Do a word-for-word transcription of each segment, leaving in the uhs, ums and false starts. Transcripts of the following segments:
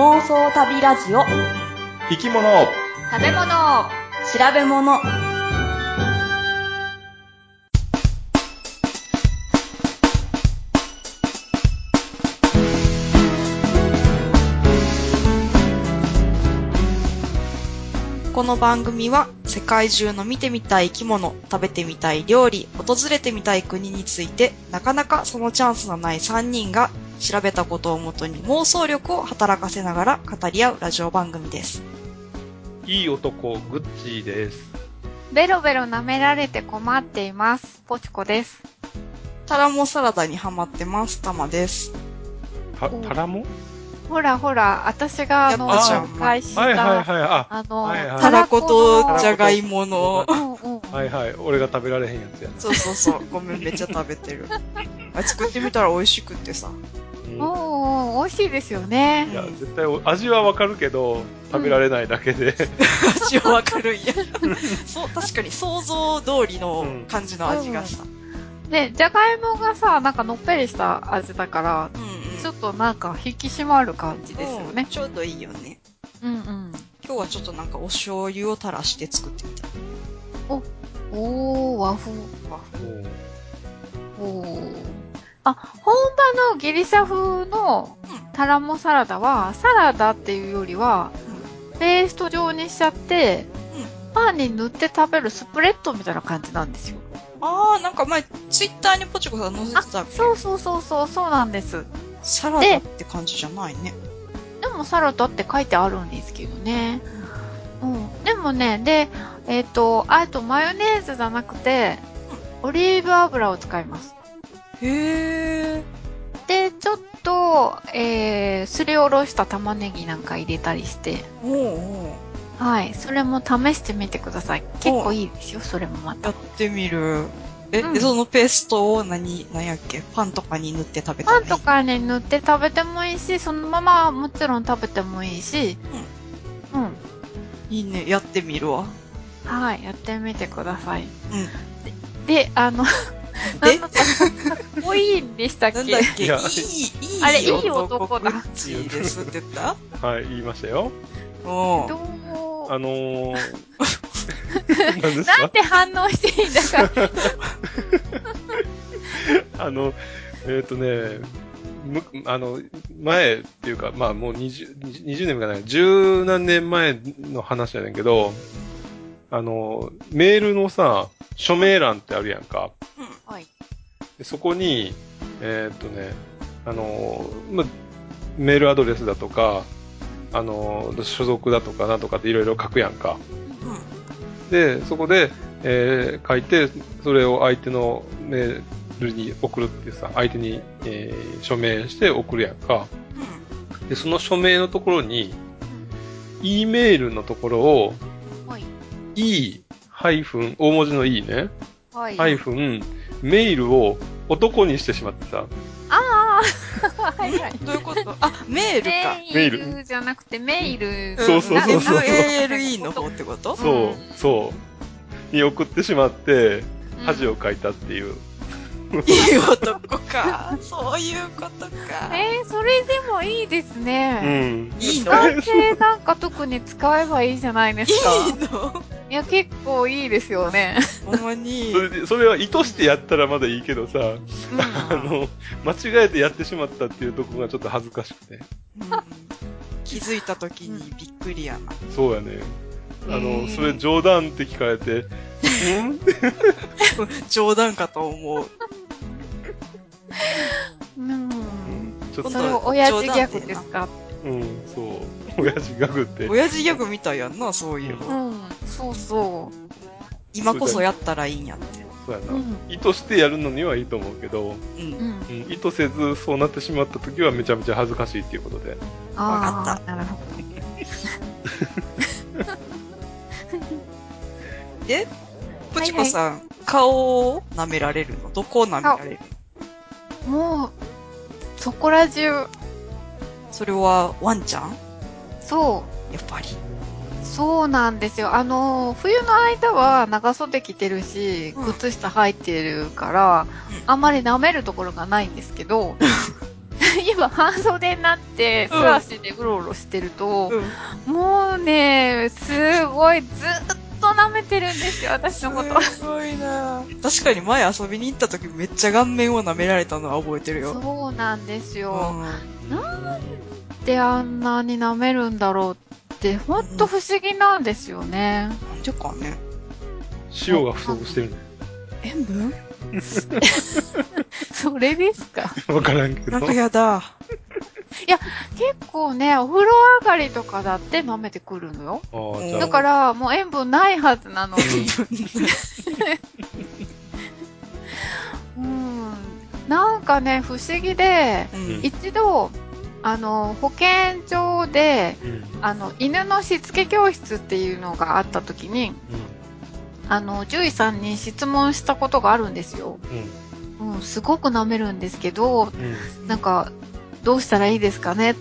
妄想旅ラジオ。 生き物、 食べ物、 調べ物。この番組は世界中の見てみたい生き物、食べてみたい料理、訪れてみたい国についてなかなかそのチャンスのないさんにんが調べたことをもとに妄想力を働かせながら語り合うラジオ番組です。 いい男グッチーです。 ベロベロ舐められて困っています。ポチコです。 タラモサラダにハマってます。タマです。 た、タラモ？ ほらほら、私があの、紹介した、 はいはいはい、あ、 あの、 はいはい、 タラコとじゃがいもの。 うんうん、 はいはい、俺が食べられへんやつやな。 そうそうそう、ごめん、めっちゃ食べてる。あ、作ってみたら美味しくってさ。 うん、美味しいですよね。 いや、絶対味はわかるけど、食べられないだけで。うん、 味はわかるんや。そう、確かに想像通りの感じの味がした。 うん、で、じゃがいもがさ、なんかのっぺりした味だから、うんうん、ちょっとなんか引き締まる感じですよね。 うん、ちょうどいいよね。 うんうん。 今日はちょっとなんかお醤油を垂らして作ってみた。 お、おー、和風。和風。おー。あ、本場のギリシャ風のタラモサラダは、サラダっていうよりは、うん、ペースト状にしちゃって、うん、パンに塗って食べるスプレッドみたいな感じなんですよ。 あー、なんか前、ツイッターにポチコさん載せてたっけ？ そうそうそうそう、そうなんです。 サラダって感じじゃないね。 でもサラダって書いてあるんですけどね。うん。うん、でもね、で、えっと、あとマヨネーズじゃなくて、オリーブ油を使います。 へー。 で、ちょっと、えー、すりおろした玉ねぎなんか入れたりして。 おうおう。 はい。それも試してみてください。結構いいですよ、それもまた。 やってみる。え、 うん、 で、そのペーストを何、何やっけ？パンとかに塗って食べたらいい？ パンとかに塗って食べてもいいし、そのままもちろん食べてもいいし。うん。うん。 いいね。やってみるわ。 はい。やってみてください。 うん。 で、であの、 でかっこいいんでしたっけ？ なんだっけ？いい、いいあれ、いい男だ。 グッチーですって言ったはい、言いましたよ。 おどうあのー、 何ですか？なんて反応していいんだか。 あの、えっ、ー、とね、む、あの、前っていうか、まあもう20、20年もかない、十何年前の話やねんけど、あの、メールのさ、署名欄ってあるやんか。 うん、はい。 でそこに、えー、っとね、あの、ま、メールアドレスだとか、あの、所属だとかなんとかっていろいろ書くやんか。うん、で、そこで、えー、書いて、それを相手のメールに送るっていうさ、相手に、えー、署名して送るやんか。うん、で、その署名のところに、うん、E メールのところを、はい、E ハイフン、大文字の E ね。はい。ハイフン、メールを男にしてしまってさ。 ああはいはい。 どういうこと？あ、メールか。 メールじゃなくてメール。 そうそうそうそう。 エムエールイー の方ってこと？ そう、そう。に送ってしまって、恥をかいたっていう。 いい男か。そういうことか。 えー、それでもいいですね。 うん。 いいの？ 男性なんか特に使えばいいじゃないですか。 いいの？ いや、結構いいですよね。 ほんまに。 それで、それは意図してやったらまだいいけどさ、うん、あの、間違えてやってしまったっていうところがちょっと恥ずかしくて。うん、 気づいた時にびっくりやな。 そうやね。あの、それ冗談って聞かれて、ん冗談かと思う。 うん。ちょっとそれを親父ギャグですか？ うん、そう。親父ギャグって。 親父ギャグみたいやんな、そういうの。うん、そうそう。 今こそやったらいいんやって。 そうやな、うん。意図してやるのにはいいと思うけど、うん。うん、意図せずそうなってしまった時はめちゃめちゃ恥ずかしいっていうことで。 わかった。 なるほど。 で、プチコさん、はいはい、顔を舐められるの？どこを舐められるの？もう、そこら中。 それはワンちゃん？ そう。 やっぱり。 そうなんですよ。あの、冬の間は長袖着てるし、靴下履いてるから、うん、あんまり舐めるところがないんですけど、 今半袖になって素足でうろうろしてると、うん、もうね、すごいずっと舐めてるんですよ、私のこと。 すごいな。確かに前遊びに行った時めっちゃ顔面を舐められたのは覚えてるよ。 そうなんですよ。うん、なんであんなに舐めるんだろうって、ほんと不思議なんですよね。 なんでかね。 塩が不足してるね。 塩分それですか？ わからんけど。 なんかやだ。 いや、結構ね、お風呂上がりとかだって舐めてくるのよ。あ、じゃあだから、もう塩分ないはずなのに。うん、なんかね、不思議で、うん、一度、あの、保健所で、うん、あの、犬のしつけ教室っていうのがあった時に、うん、あの、獣医さんに質問したことがあるんですよ。うんうん、すごく舐めるんですけど、うん、なんか、どうしたらいいですかねって。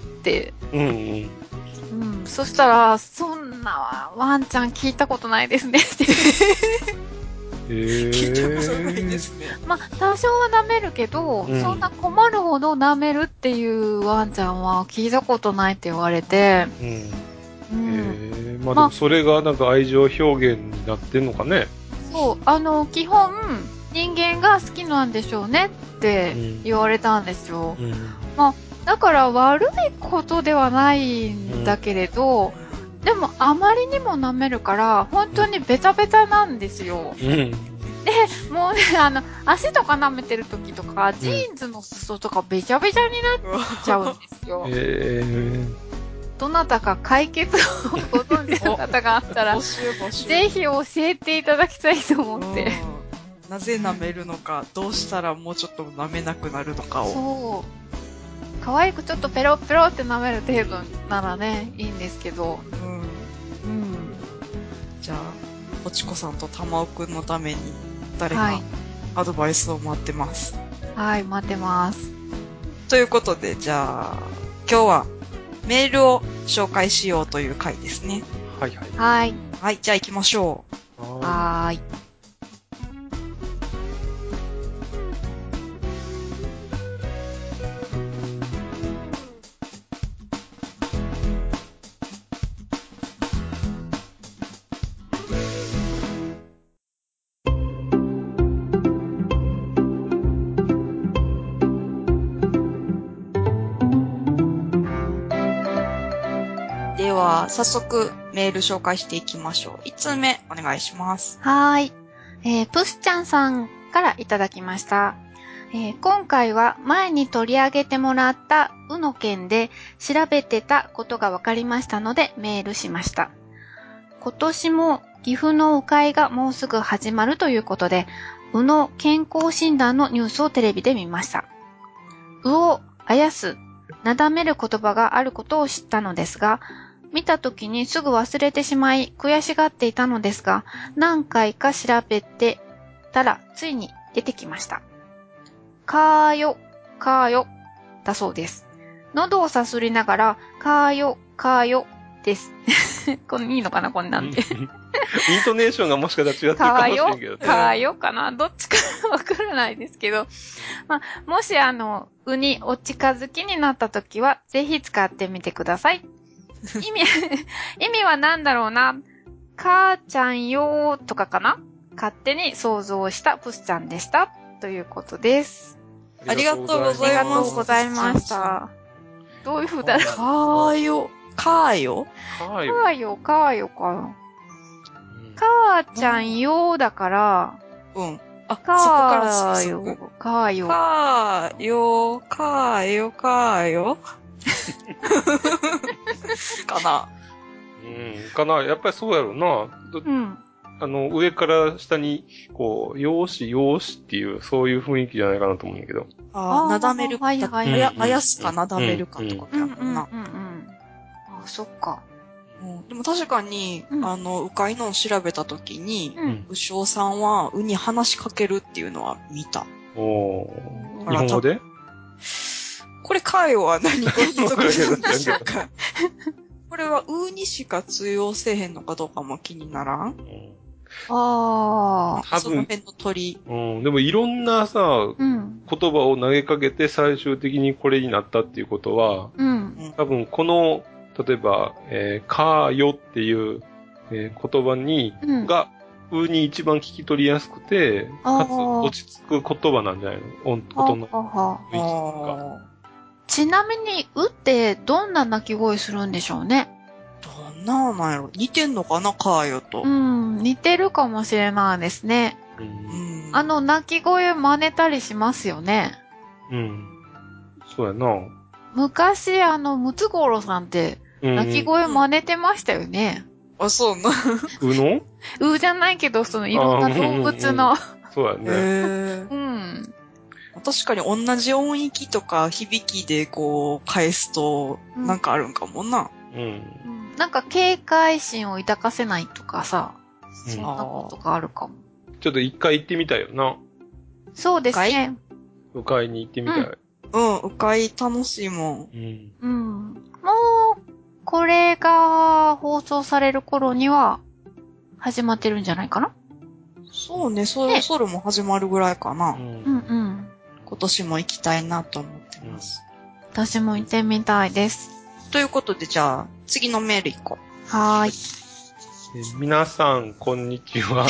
うん、うんうん、そしたら、そんなワンちゃん聞いたことないですねって。 へー、聞いたことないですね。 まあ、多少は舐めるけど、うん、そんな困るほど舐めるっていうワンちゃんは聞いたことないって言われて。 うん。うん、へー、まあでもそれがなんか愛情表現になってんのかね。 そう、あの、基本、人間が好きなんでしょうねって言われたんですよ。うんうん、まあ、だから悪いことではないんだけれど、うん、でもあまりにも舐めるから本当にベタベタなんですよ。うん、で、もうね、あの、足とか舐めてる時とか、ジーンズの裾とかべちゃべちゃになっちゃうんですよ。えー、どなたか解決をご存知の方があったら、ぜひ教えていただきたいと思って。 なぜ舐めるのか、どうしたらもうちょっと舐めなくなるのかを。 そう。可愛くちょっとペロペロって舐める程度ならね、いいんですけど。うん。うん。 じゃあ、ポチコさんと玉尾くんのために誰かアドバイスを待ってます。 はい、待ってます。 ということで、じゃあ、今日はメールを紹介しようという回ですね。 はいはい。 はい。 はい、じゃあ行きましょう。 はーい。 では、早速メール紹介していきましょう。いつつめお願いします。 はーい。えー、プスちゃんさんからいただきました。えー、今回は前に取り上げてもらったうの件で調べてたことが分かりましたのでメールしました。今年も岐阜の鵜飼がもうすぐ始まるということで、鵜の健康診断のニュースをテレビで見ました。鵜をあやす、なだめる言葉があることを知ったのですが、見た時にすぐ忘れてしまい悔しがっていたのですが、何回か調べてたらついに出てきました。かーよ、かーよ、だそうです。喉をさすりながら、かーよ、かーよ、です。これいいのかなこんなんで。イントネーションがもしかしたら違ってるかもしれんけど、ね。 かーよ、かなどっちかわからないですけど。まあ、もしあの、うにお近づきになった時は、ぜひ使ってみてください。意味、意味は何だろうな。母ちゃんよーとかかな勝手に想像したプスちゃんでした。ということです。 ありがとうございます。 ありがとうございました。どういう風だろう。 かーよ、かーよかーよ。かーよ、かーよかな。母ちゃんよーだから、 うん。 あ、そこからサクサク。かーよ。 かーよ、かーよ、かーよ。かな。 うん、かな。やっぱりそうやろうな。うん。あの、上から下に、こう、よーし、よーしっていう、そういう雰囲気じゃないかなと思うんだけど。 ああ、なだめる。はいはい。あや、あやすかなだめるかとかってあるな。うんうんうん。 あ、そっか。 うん、でも確かに、うん、あの、鵜飼のを調べたときに、うん、鵜匠さんは鵜に話しかけるっていうのは見た。 おー。日本語でこれ、かよは何語に属するんでしょうか。これは、うにしか通用せえへんのかどうかも気にならん、うん、 あはあ、その辺の鳥。 うん。でもいろんなさ、 うん。 言葉を投げかけて最終的にこれになったっていうことは、 うん。 多分この、例えば、えー、かーよっていう、えー、言葉に、 うん、 が、うに一番聞き取りやすくて、かつ落ち着く言葉なんじゃないの？音、音のはは雰囲気とか。 ちなみに、うってどんな鳴き声するんでしょうね。 どんなのやろ？似てんのかな、カーヨと。 うん、似てるかもしれないですね。 うん。 あの、鳴き声真似たりしますよね。 うん。そうやな。 昔、あの、ムツゴロウさんって、鳴き声真似てましたよね。 あ、そうな。 うのうじゃないけど、そのいろんな動物の。 そうやね。 へうん。 確かに同じ音域とか響きでこう返すとなんかあるんかもな。 うん。うん、 なんか警戒心を抱かせないとかさ、そんなことがあるかも。 ちょっと一回行ってみたいよな。 そうですね。 迂回に行ってみたい。 うん、迂回楽しいもん。 うん。 うん。もう、これが放送される頃には始まってるんじゃないかな？ そうね、そろそろも始まるぐらいかな。 うん、うんうん今年も行きたいなと思ってます。 うん、私も行ってみたいです。 ということで、じゃあ、次のメール行こう。はーい。 え皆さん、こんにちは。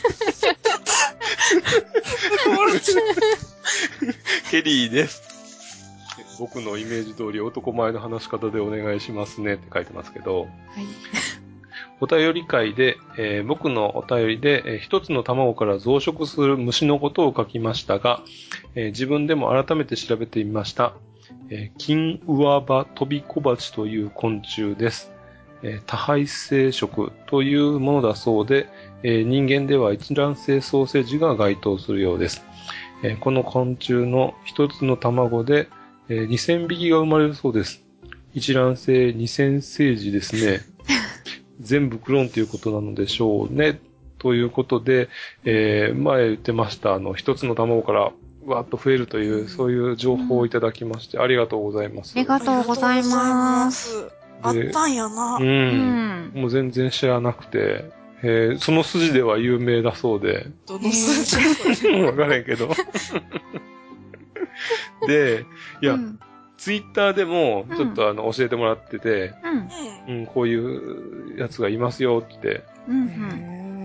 ケリーです。僕のイメージ通り男前の話し方でお願いしますねって書いてますけど。はい。お便り会で、えー、僕のお便りで、えー、一つの卵から増殖する虫のことを書きましたが、えー、自分でも改めて調べてみました。えー、キンウワバトビコバチという昆虫です。えー、多胚生殖というものだそうで、えー、人間では一卵性ソーセージが該当するようです。えー、この昆虫の一つの卵で、えー、にせんびきが生まれるそうです。一卵性にせんセージですね。全部クローンということなのでしょうね。ということで、えー、前言ってました、あの、一つの卵からわーっと増えるという、そういう情報をいただきまして、ありがとうございます。 ありがとうございます。 あったんやな。 うん。もう全然知らなくて、えー、その筋では有名だそうで。 どの筋わからんけど。で、いや、うんツイッターでも、ちょっとあの、教えてもらってて、うん。うん、こういうやつがいますよって。うん、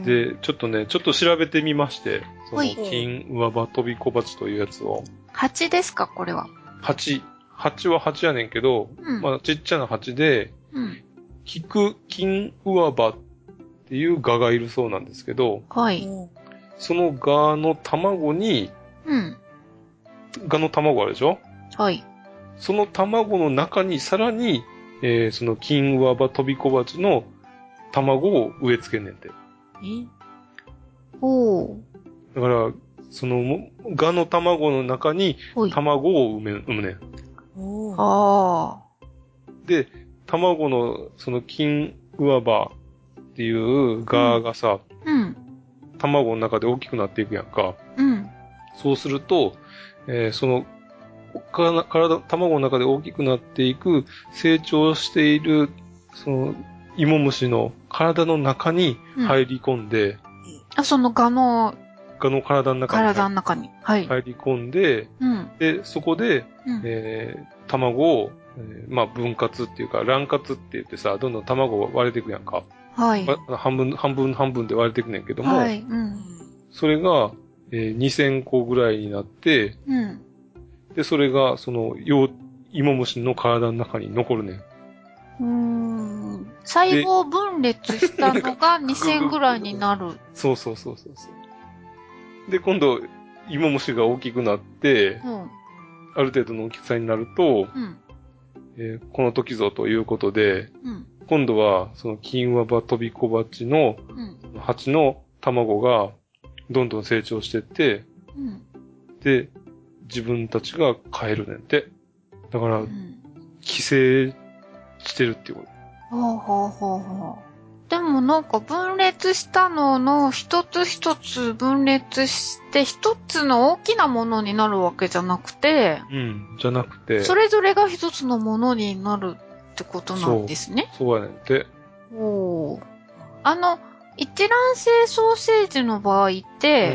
で、ちょっとね、ちょっと調べてみまして、その、キンウワバトビコバチというやつを。 蜂ですか、これは。 蜂。蜂は蜂やねんけど、うん、まあ、ちっちゃな蜂で、うん。キクキンウワバっていうガがいるそうなんですけど、はい。そのガの卵に、うん。ガの卵あるでしょ？はい。その卵の中にさらに、えー、そのキンウワバトビコバチの卵を植え付けんねんて。え？おー。だから、その、ガの卵の中に卵を産め、産むねん。おー。あー。で、卵の、そのキンウワバっていうガがさ、うん。卵の中で大きくなっていくやんか。うん。そうすると、えー、その、体、卵の中で大きくなっていく、成長している、その、芋虫の体の中に入り込んで、うん、 あ、そのガの、 ガの体の中に。 体の中に。はい。 入り込んで、うん、で、そこで、うん、えー、卵を、えー、まあ、分割っていうか、卵割って言ってさ、どんどん卵が割れていくやんか。はい。半分、半分、半分で割れていくねんけども、はい。うん。それが、えー、にせんこぐらいになって、うん。で、それが、その、幼、芋虫の体の中に残るねん。 うーん。細胞分裂したのがにせんぐらいになる。 そうそうそうそうそう。で、今度、芋虫が大きくなって、うん、ある程度の大きさになると、うんえー、この時ぞということで、うん、今度は、その、キンワバトビコバチの、蜂の卵が、どんどん成長してって、うん、で、自分たちが飼えるねんて。だから、うん、寄生してるっていうこと。 ほうほうほうほう。でもなんか分裂したのの一つ一つ分裂して一つの大きなものになるわけじゃなくて。 うん、じゃなくて。 それぞれが一つのものになるってことなんですね。 そう、そうやねんて。 おー。あの、 一卵性ソーセージの場合って、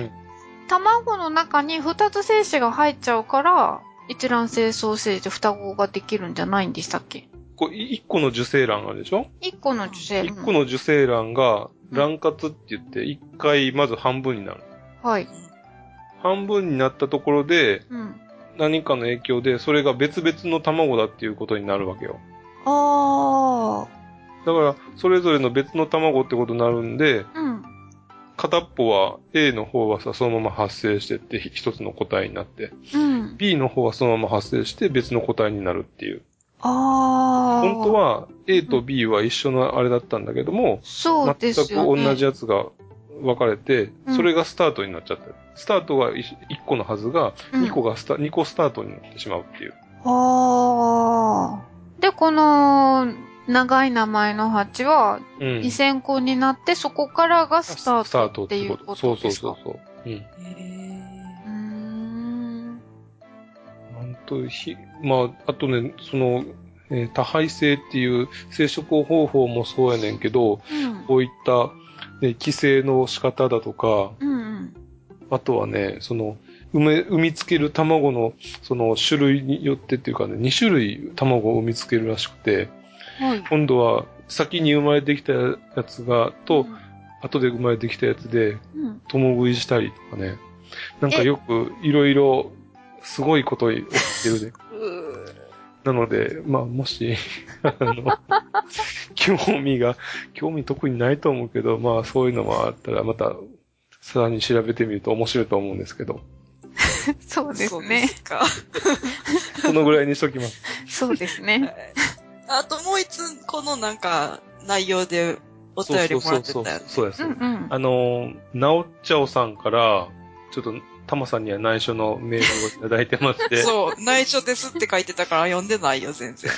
うん、卵の中に二つ精子が入っちゃうから、一卵性ソーセージ双子ができるんじゃないんでしたっけ？ これ一個の受精卵あるでしょ？ 一個の受精卵。一個の受精卵が卵割って言って一回まず半分になる。 はい。 半分になったところで、うん、何かの影響でそれが別々の卵だっていうことになるわけよ。 ああ。 だから、それぞれの別の卵ってことになるんで、うん、片っぽは A の方はさ、そのまま発生してって一つの個体になって、うん、B の方はそのまま発生して別の個体になるっていう。 ああ。 本当は A と B は一緒のあれだったんだけども、 そうですよね。 全く同じやつが分かれて、それがスタートになっちゃった。うん、スタートがいっこのはずが、にこがスタ、にこスタートになってしまうっていう。 ああ。で、この、長い名前の蜂は、にせんこになって、うん、そこからがスタートっていうことですか？ そうそうそうそう。うん。へー。うーん。なんと、ひ、まあ、あとね、その、えー、多胚性っていう生殖方法もそうやねんけど、うん、こういった、ね、寄生の仕方だとか、うんうん、あとはね、その、産め、産みつける卵の、その種類によってっていうかね、に種類卵を産みつけるらしくて、はい、今度は先に生まれてきたやつが、と、うん、後で生まれてきたやつで、共食いしたりとかね。なんかよくいろいろすごいこと起きてるね。なので、まあもし、あの、興味が、興味特にないと思うけど、まあそういうのもあったらまたさらに調べてみると面白いと思うんですけど。 そうですね。そうですか。 このぐらいにしときます。 そうですね。 あともう一つ、このなんか、内容でお便りもらってたよね。 そうです。うんうん、あの、なおっちゃおさんから、ちょっと、たまさんには内緒のメールをいただいてまして。 そう、内緒ですって書いてたから読んでないよ、全然。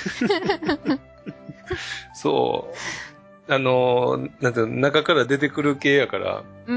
そう。あの、なんていうの、中から出てくる系やから。うん。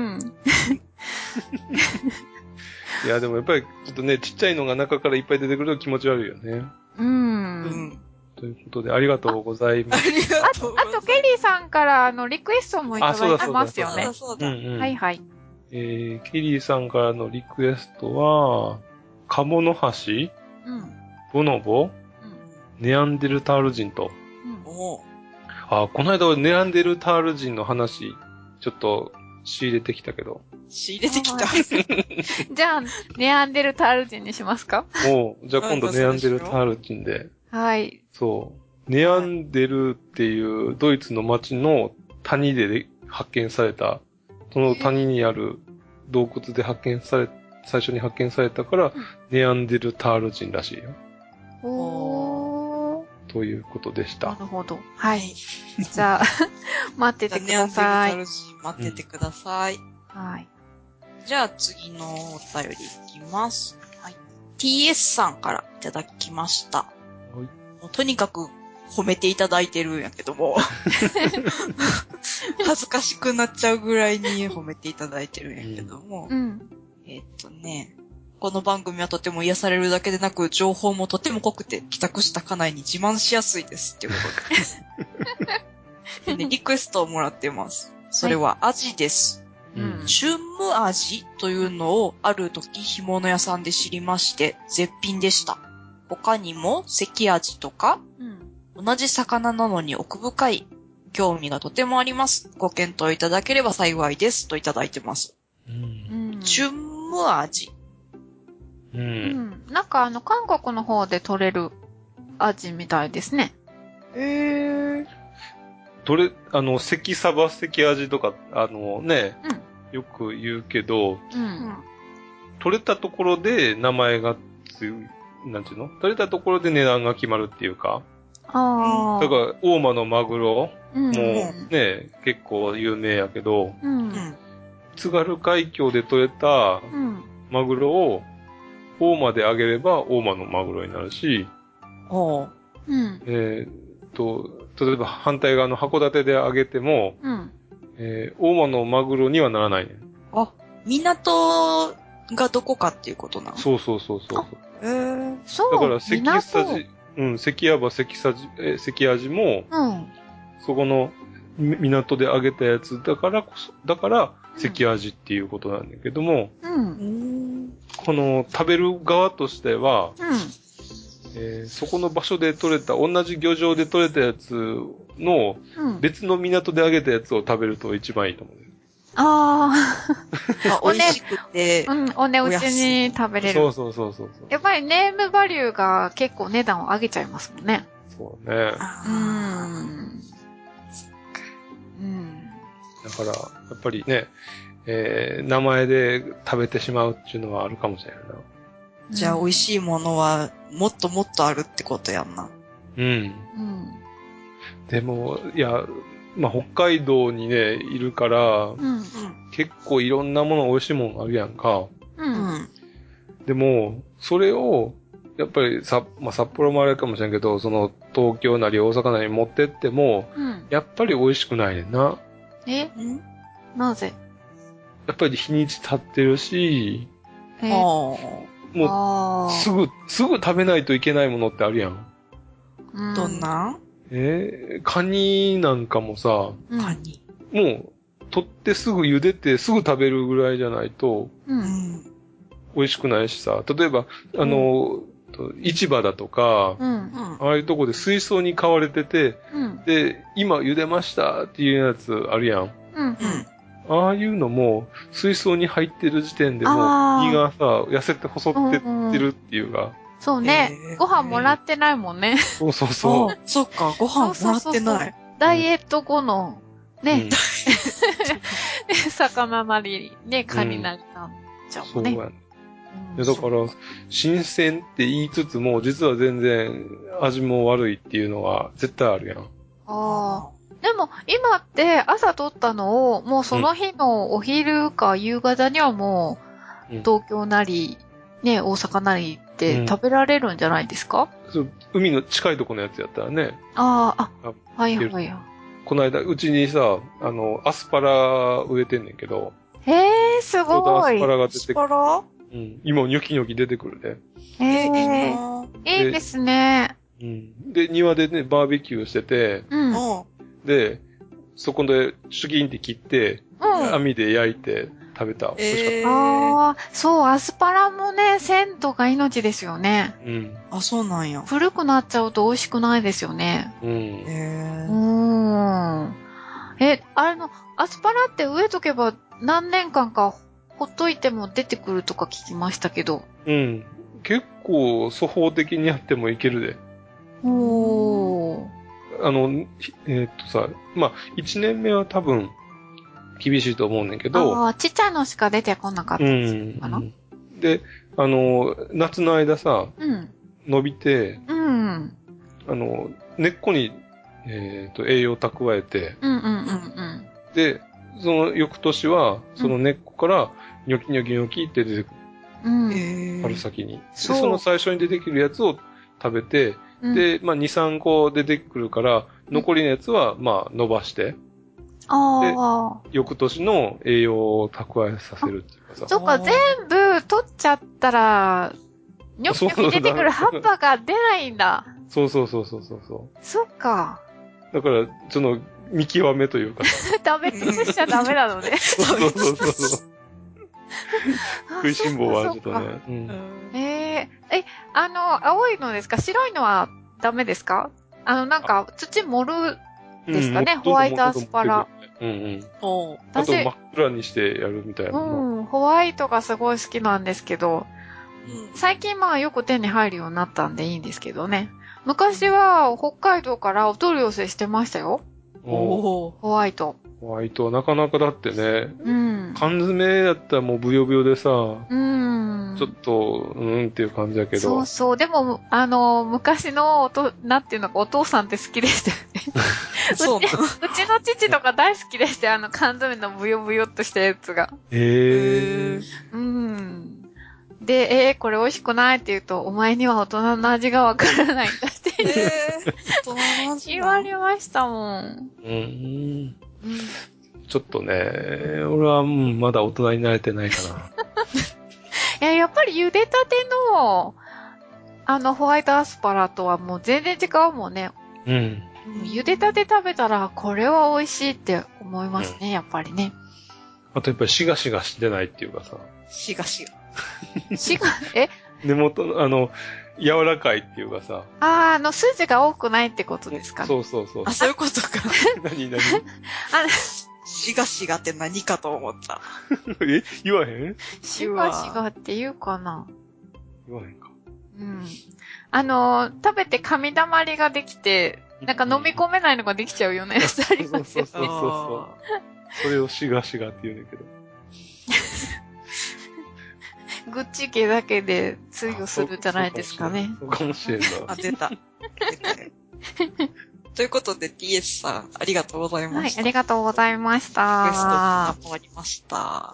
いや、でもやっぱり、ちょっとね、ちっちゃいのが中からいっぱい出てくると気持ち悪いよね。うん。うんということで、ありがとうございます。 ありがとうございます。 あと、ケリーさんから、あの、リクエストもいただいてますよね。 あ、そうだ、そうだ。そうだ。うんうん、 はいはい。 えー、ケリーさんからのリクエストは、カモノハシ、うん、ボノボ、うん、ネアンデルタール人と。うん、おあ、この間ネアンデルタール人の話、ちょっと仕入れてきたけど。 仕入れてきたじゃあ、ネアンデルタール人にしますか？ おじゃあ今度ネアンデルタール人で。 はい。 そう。ネアンデルっていうドイツの町の谷で発見された、その谷にある洞窟で発見され、最初に発見されたから、うん、ネアンデルタール人らしいよ。おー。ということでした。 なるほど。はい。じゃあ、待っててください。 ネアンデルタール人待っててください。うん、はい。じゃあ次のお便りいきます。はい。ティーエス さんからいただきました。はい、もうとにかく褒めていただいてるんやけども。恥ずかしくなっちゃうぐらいに褒めていただいてるんやけども。うん、えー、っとね、この番組はとても癒されるだけでなく、情報もとても濃くて、帰宅した家内に自慢しやすいですっていうことで。でね、リクエストをもらってます。それは味です。はい、うん、春無味というのをある時干物屋さんで知りまして、絶品でした。他にも関味とか、うん、同じ魚なのに奥深い興味がとてもあります。ご検討いただければ幸いですといただいてます。うん、春無味。 うん、うん。なんかあの韓国の方で取れる味みたいですね。 へー。どれ、あの、関サバ関味とか、あのね、うん、よく言うけど、うん、取れたところで名前がつい、なんていうの？取れたところで値段が決まるっていうか。ああ。だから、大間のマグロもね、うん、結構有名やけど、うん、津軽海峡で取れたマグロを大間で揚げれば大間のマグロになるし、うん、えー、っと、例えば反対側の函館で揚げても、うん、えー、大間のマグロにはならないね。 あ、港がどこかっていうことなの？ そうそうそうそう。 へー、そう。 だから関さじ、うん、関やば関さじ、え、関味も、うん、そこの港で揚げたやつだからこそ、だから関味っていうことなんだけども、 うん。 この食べる側としては、 うん。 えーそこの場所で取れた、同じ漁場で取れたやつのうん。 別の港で揚げたやつを食べると一番いいと思う。 ああ、美味しくてあ、う、ん、お値打ちに食べれる。 そうそうそうそうそう。 やっぱりネームバリューが結構値段を上げちゃいますもんね。 そうね。 あうーん。うん。 だから、やっぱりね、えー名前で食べてしまうっていうのはあるかもしれないな。 じゃあ美味い。 しいものはもっともっとあるってことやんな。 うん。 うん。 でも、いや、まあ、北海道にね、いるから、 うん。 結構いろんなもの美味しいものあるやんか。 う。 うんん。 でも、それを、やっぱりさ、まあ、札幌もあれかもしれんけど、その東京なり大阪なりに持ってっても、 うん。 やっぱり美味しくないねんな。 えんなぜやっぱり日にち経ってるし、 えあもあう、すぐ、すぐ食べないといけないものってあるやん。 あ。 あ。どんなんえー、カニなんかもさ、 うんカニ。 もう、取ってすぐ茹でてすぐ食べるぐらいじゃないとう。 うんん。 美味しくないしさ、例えば、あの、市場だとか、 うん。 うん。 ああいうとこで水槽に買われてて、 うん。 で、今茹でましたっていうやつあるやん。 うん。 うん。 ああいうのも、水槽に入ってる時点でもあーう、身がさ、痩せて細ってってるっていうか、 そうねへー。 ご飯もらってないもんね。 そうそうそあ、そっか、ご飯もらってない。 ダイエット後の、 う。 ね、 うん魚なり、ね、カニなりなんちゃうもんね。 そうやね。 うんいやだから、新鮮って言いつつも、実は全然味も悪いっていうのは絶対あるやん。 ああ。でも、今って朝取ったのを、もうその日のお昼か夕方にはもう、 うん東京なり、ね、大阪なりってうん食べられるんじゃないですか、 そう海の近いとこのやつやったらね、 ああ、 ああ、はいはいはい。 この間、うちにさ、あの、アスパラ植えてんねんけど、 へえ、すちょうどごいアスパ。ラが出アスてくる。 パラうん。今、ニョキニョキ出てくるね。 へえ、いいえ、 ないいですね。 うん。で、庭でね、バーベキューしてて、 うん。うん。 ぁ。 で、そこで、シュキンって切って、 あ網で焼いて食べた。美味しかっえー。 あ、そう、アスパラもね、鮮度が命ですよね。 た。うん。 あ、そうなんや。 古くなっちゃうと美味しくないですよね。 うん。 えうー。 ーん。え、あの、アスパラって植えとけば何年間かほっといても出てくるとか聞きましたけど。 うん。結構、粗法的にやってもいけるで。 おー。 あの、ひえーっとさ、まあ、一年目は多分、厳しいと思うねんけど、 ああ、ちっちゃいのしか出てこなかったうりするんのかな。 で、あの、夏の間さ、 うん。 伸びて、 うん。 あの、根っこに、えっと、栄養を蓄えて、 うんうんうんで、その翌年は、その根っこから、ニョキニョキニョキって出てくる。 うん。うん。 えー。 春先に。で、 そうその最初に出てくるやつを食べて、 うん、 で、まあ、に、さんこ出てくるから、残りのやつは、まあ、伸ばして、 ああ。 翌年の栄養を蓄えさせるっていうかさ。 そっか、全部取っちゃったら、ニョキニョキ出てくる葉っぱが出ないんだ。 そうそうそうそうそうそそっか。 う。だから、その、見極めというかさ。 食べ尽くしちゃダメなのね。 そうそうそうそう。 あ食いしん坊はちょっとそっかそっかね。うん。 えー、え、あの、青いのですか？白いのはダメですか？あの、なんか、土盛るですかね、 うんホワイトアスパラ。。 うんうん。 おう。 あと私真っ暗にしてやるみたいな。 うん、ホワイトがすごい好きなんですけど、 うん。 最近まあよく手に入るようになったんでいいんですけどね。昔は北海道からお取り寄せしてましたよ。 おおー。 ホワイト。 ホワイトはなかなかだってね、 うん。 缶詰やったらもうブヨブヨでさ、 うん。 ちょっと、うんっていう感じだけど。 そうそう。でも、あの、昔のおと、なんていうのか、お父さんって好きでしたよね。 そうなの。 うちの父とか大好きでしたよ、あの缶詰のブヨブヨっとしたやつが。 へえ。 うん。で、えー、これ美味しくないって言うと、お前には大人の味がわからないんだってえー。大人の味言われましたもん。 うん。 うん。 ちょっとね、俺は、うん、まだ大人になれてないかな。 いや、やっぱり茹でたての、あの、ホワイトアスパラとはもう全然違うもんね。 うん。 茹でたて食べたら、これは美味しいって思いますね、うん、やっぱりね。 あとやっぱりシガシガしてないっていうかさ。 シガシガ。シガ、え根元の、あの、柔らかいっていうかさ。 ああ、あの、筋が多くないってことですかね。 そうそうそう。 あ、そういうことか。 何何あシガシガって何かと思った。 え言わへんシガシガって言うかな言わへんか。 うん。あの、食べて噛み溜まりができて、なんか飲み込めないのができちゃうよね。 そうそうそうそうそう。それをシガシガって言うんだけど。 グッチ家だけで通用するんじゃないですかね。 そうかもしれんな。 あ、出た。出たということで ティーエス さん、ありがとうございました。 はい、ありがとうございました。 リクエストが終わりました。 はい。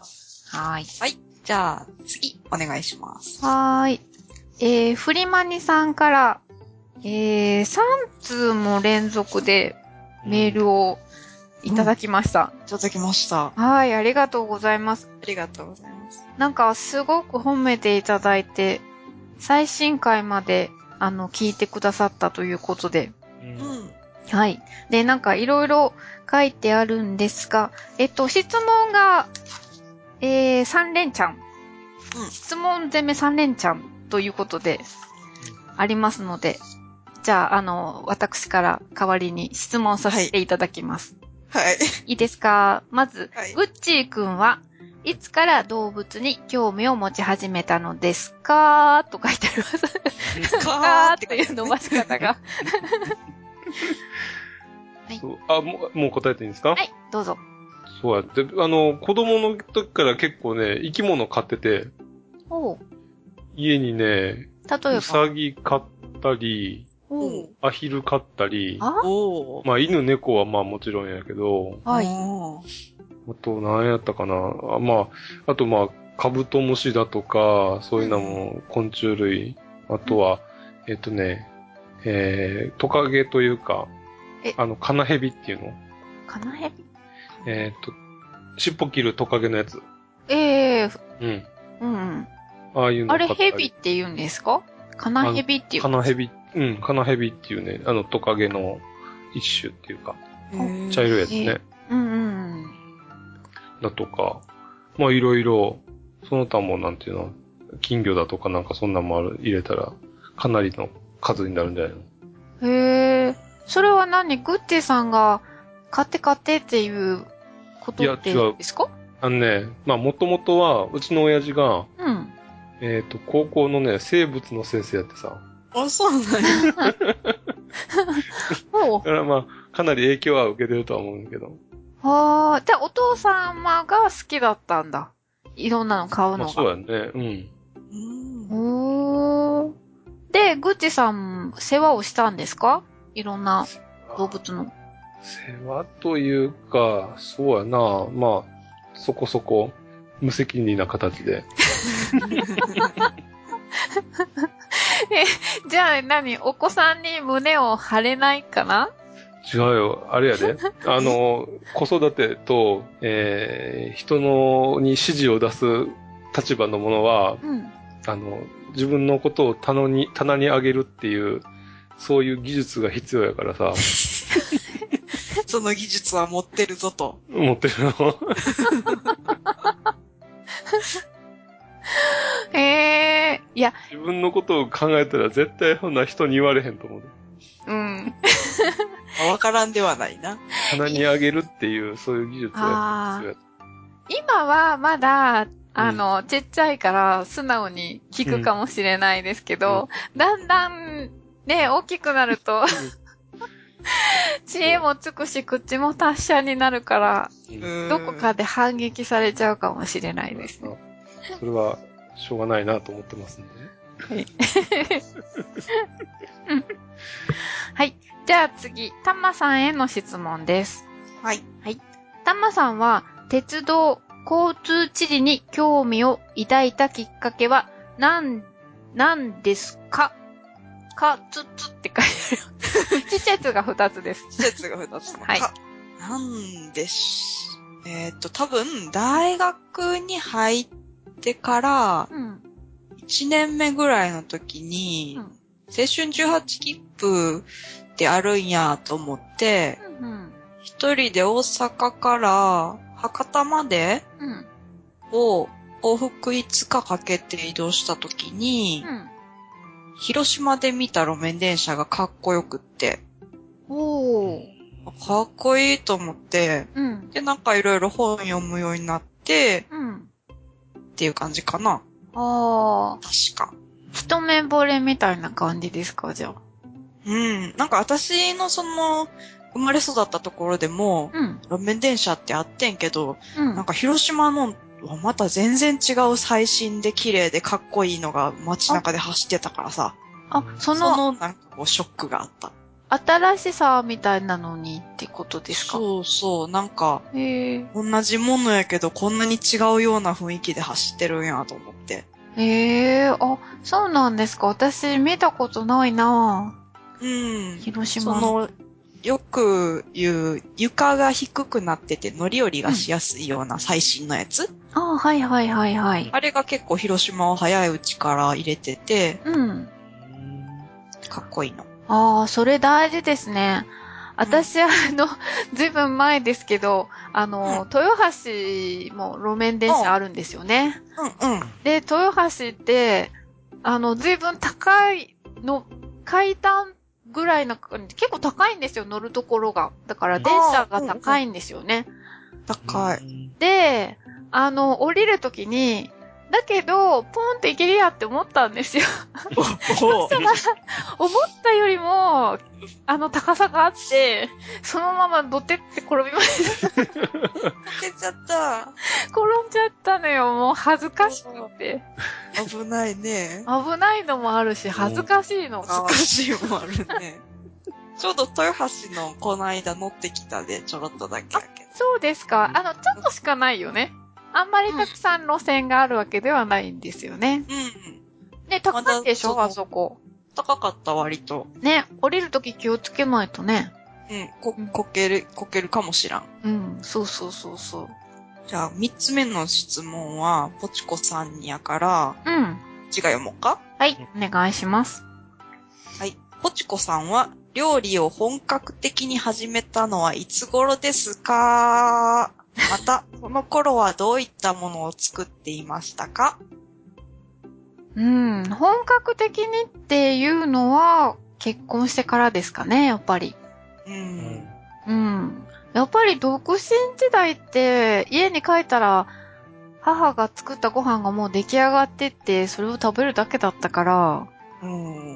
はい。じゃあ、次、お願いします。 はーい。えー、フリマニさんから、えー、さん通も連続でメールをいただきました。 うん、いただきました。 はい、ありがとうございます。 ありがとうございます。 なんか、すごく褒めていただいて、最新回まで、あの、聞いてくださったということで。 うん。 はい。で、なんか、いろいろ書いてあるんですが、えっと、質問が、えー、さん連チャン。うん。質問攻めさん連チャンということで、ありますので、じゃあ、あの、私から代わりに質問させていただきます。 はい。 いいですか？まず、 はい、 グッチーくんはいつから動物に興味を持ち始めたのですかと書いてあります。 ですかーっていう伸ばし方が。 はい、そうあもう、もう答えていいんですか？ はい、どうぞ。 そうやって、あの、子供の時から結構ね、生き物飼ってて、 お家にね、 例えばウサギ飼ったり、 おアヒル飼ったり、 あまあ犬猫はまあもちろんやけど、 はい。 あと何やったかな、あまあ、あとまあ、カブトムシだとか、そういうのも昆虫類、あとは、うん、えっとね、えー、トカゲというか、あの、カナヘビっていうのカナヘビえっと、尻尾切るトカゲのやつ。 ええー。 うん。 うんうん。 ああいうのあれヘビって言うんですか？カナヘビっていう。 カナヘビ、うん、カナヘビっていうね、あのトカゲの一種っていうか、茶色いやつね。 うんうん。 だとか、まあいろいろ、その他もなんていうの、金魚だとかなんかそんなもある入れたら、かなりの数になるんじゃないの？へえ。それは何？グッチさんが買って買ってっていうことってですか？ いや、違う。あのね、まあもともとは、うちの親父が、 うん。 えっと、高校のね、生物の先生やってさ。 あ、そうなんや。 ほう。 だからまあ、かなり影響は受けてるとは思うんだけど。 はあ、じゃあお父様が好きだったんだ。いろんなの買うのが。 まあそうやね、うん。 うーん。で、グッチさん、世話をしたんですか？いろんな動物の。 世話というか、そうやな、まあ、そこそこ、無責任な形で。 え、じゃあ何？お子さんに胸を張れないかな？ 違うよ。あれやで。あの、子育てと、えー、人のに指示を出す立場のものは、 うん、 あの、自分のことを棚に、棚に上げるっていう、そういう技術が必要やからさ。 その技術は持ってるぞと。 持ってるの。 へえ、いや。 自分のことを考えたら絶対そんな人に言われへんと思う。 うん。 わからんではないな。 棚に上げるっていう、そういう技術が必要や。 今はまだ、あの、うん、ちっちゃいから素直に聞くかもしれないですけど、うん、だんだんね、大きくなると、知恵もつくし、口も達者になるから、どこかで反撃されちゃうかもしれないですね。 それは、しょうがないなと思ってますんでね。 はい。うん、はい。じゃあ次、たまさんへの質問です。 はい。 はい。たまさんは、鉄道、交通地理に興味を抱いたきっかけは、なん、なんですか？か、つつって書いてある。ちっちゃいつが二つです。 ちっちゃいつが二つのか。 はい。 なんでし、えっと、多分、大学に入ってから、うん、いちねんめぐらいの時に、うん、青春じゅうはち切符ってあるんやと思って、 うん。 一人で大阪から博多までうん。 を往復いつかかけて移動した時に、 うん。 広島で見た路面電車がかっこよくって、 おー。 かっこいいと思って、 うん。 で、なんかいろいろ本読むようになって、 うん。 っていう感じかな。 あー。 確か。 一目惚れみたいな感じですか、じゃあ。 うん。なんか私のその、生まれ育ったところでも、 うん。 路面電車ってあってんけど、 うん。 なんか広島のはまた全然違う最新で綺麗でかっこいいのが街中で走ってたからさ。 あ、そその、 のなんかこうショックがあった。 新しさみたいなのにってことですか？ そうそう、なんか、 へえ。 同じものやけどこんなに違うような雰囲気で走ってるんやと思って。 へえ、あ、そうなんですか。私見たことないなうん。 広島の。 その、よく言う、床が低くなってて乗り降りがしやすいような最新のやつ、 ああ、はいはいはいはい。 あれが結構広島は早いうちから入れてて、 うん。 かっこいいの。 ああ、それ大事ですね。私、あの、ずいぶん前ですけど、あの、豊橋も路面電車あるんですよね。 うんうん。 で、豊橋って、あの、ずいぶん高いの、階段ぐらいの、結構高いんですよ、乗るところが。だから電車が高いんですよね。 高い。 で、あの、降りるときに、だけど、ポンって行けるやって思ったんですよ。そしたら、思ったよりも、あの高さがあって、そのままドテって転びました。 溶けちゃった。 転んじゃったのよ。もう恥ずかしくて。 危ないね。 危ないのもあるし、恥ずかしいのが恥ずかしいもあるね。ちょうど豊橋のこの間乗ってきたで、ちょろっとだけやけど。 そうですか。あの、ちょっとしかないよね。あんまりたくさん路線があるわけではないんですよね。 うん。 ね、高いでしょ、あそこ。 高かった割と。 ね、降りるとき気をつけないとね。 うん、こ、こける、こけるかもしらん。 うん、そうそうそうそう。 じゃあ、三つ目の質問は、ポチコさんにやから、 うん。 違う読もうか？ はい、お願いします。 はい。ポチコさんは、料理を本格的に始めたのはいつ頃ですか？また、その頃はどういったものを作っていましたか？ うん、本格的にっていうのは結婚してからですかね、やっぱり。 うん。 うん。やっぱり独身時代って家に帰ったら母が作ったご飯がもう出来上がってってそれを食べるだけだったから、 うん。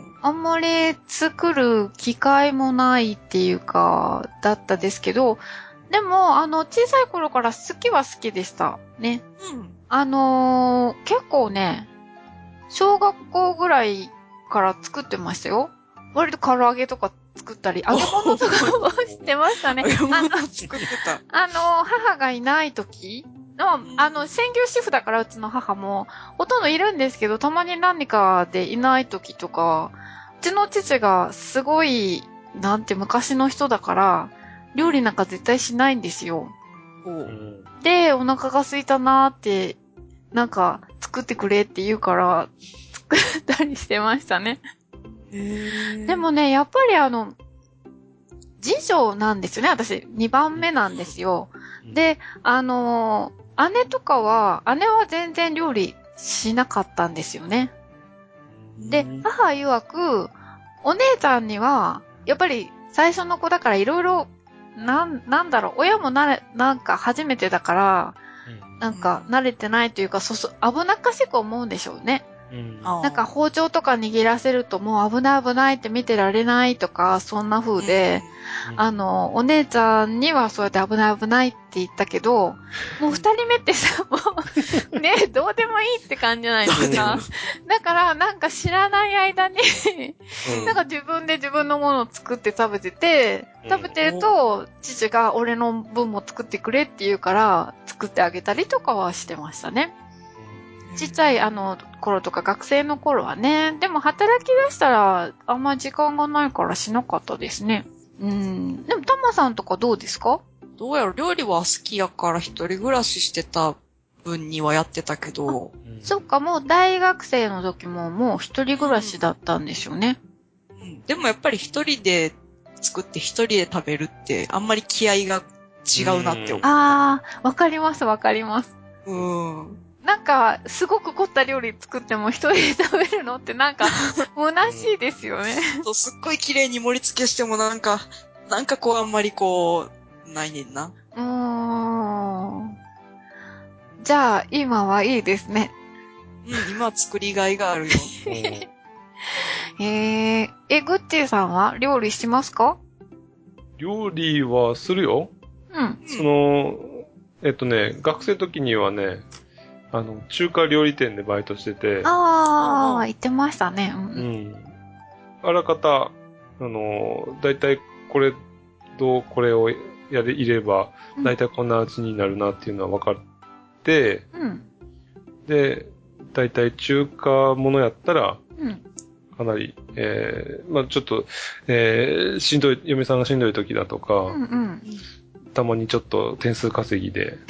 あんまり作る機会もないっていうか、だったですけど、でも、あの、小さい頃から好きは好きでした。ね。 うん。 あのー、結構ね、小学校ぐらいから作ってましたよ。割と唐揚げとか作ったり、揚げ物とかもしてましたね。 揚げ物あの、 作ってた。 あの母がいない時の、あの、専業主婦だからうちの母も、ほとんどいるんですけど、たまに何かでいない時とか、うちの父がすごい、なんて昔の人だから、料理なんか絶対しないんですよ。で、お腹が空いたなーって、なんか、作ってくれって言うから、作ったりしてましたね。でもね、やっぱりあの、次女なんですよね、私。にばんめなんですよ。で、あのー、姉とかは、姉は全然料理しなかったんですよね。で、母曰く、お姉ちゃんには、やっぱり最初の子だからいろいろ、なん、なんだろう、親もなれ、なんか初めてだから、なんか慣れてないというか、そうそう、危なっかしく思うんでしょうね。 うん、 なんか包丁とか握らせるともう危ない危ないって見てられないとか、そんな風で、うん、あの、お姉ちゃんにはそうやって危ない危ないって言ったけど、もう二人目ってさ、もう、ね、どうでもいいって感じじゃないですか。だから、なんか知らない間に、うん、なんか自分で自分のものを作って食べてて、食べてると、父が俺の分も作ってくれって言うから、作ってあげたりとかはしてましたね。ちっちゃいあの頃とか学生の頃はね。でも働き出したらあんま時間がないからしなかったですね。うん。でもタマさんとかどうですか？ どうやろ、料理は好きやから一人暮らししてた分にはやってたけど。 そっか、もう大学生の時ももう一人暮らしだったんですよね。 うん、でもやっぱり一人で作って一人で食べるってあんまり気合が違うなって思う。 あー、わかりますわかります。 うん。 なんか、すごく凝った料理作っても一人で食べるのってなんか、虚しいですよね。 そう、すっごい綺麗に盛り付けしてもなんか、なんかこうあんまりこう、ないねんな。 うーん。じゃあ、今はいいですね。 うん、今は作りがいがあるよ。 へえ、え、グッチーさんは料理しますか？ 料理はするよ。 うん。 その、えっとね、学生の時にはね、あの、中華料理店でバイトしてて、 ああ、言ってましたね。ううんん。あらかた、あの、だいたいこれとこれをやれ、入れば、だいたいこんな味になるなっていうのは分かって、 うん。 で、だいたい中華ものやったら、 うん。 かなり、えー、まあちょっと、えー、しんどい、嫁さんがしんどい時だとか、 うんうん。 たまにちょっと点数稼ぎで。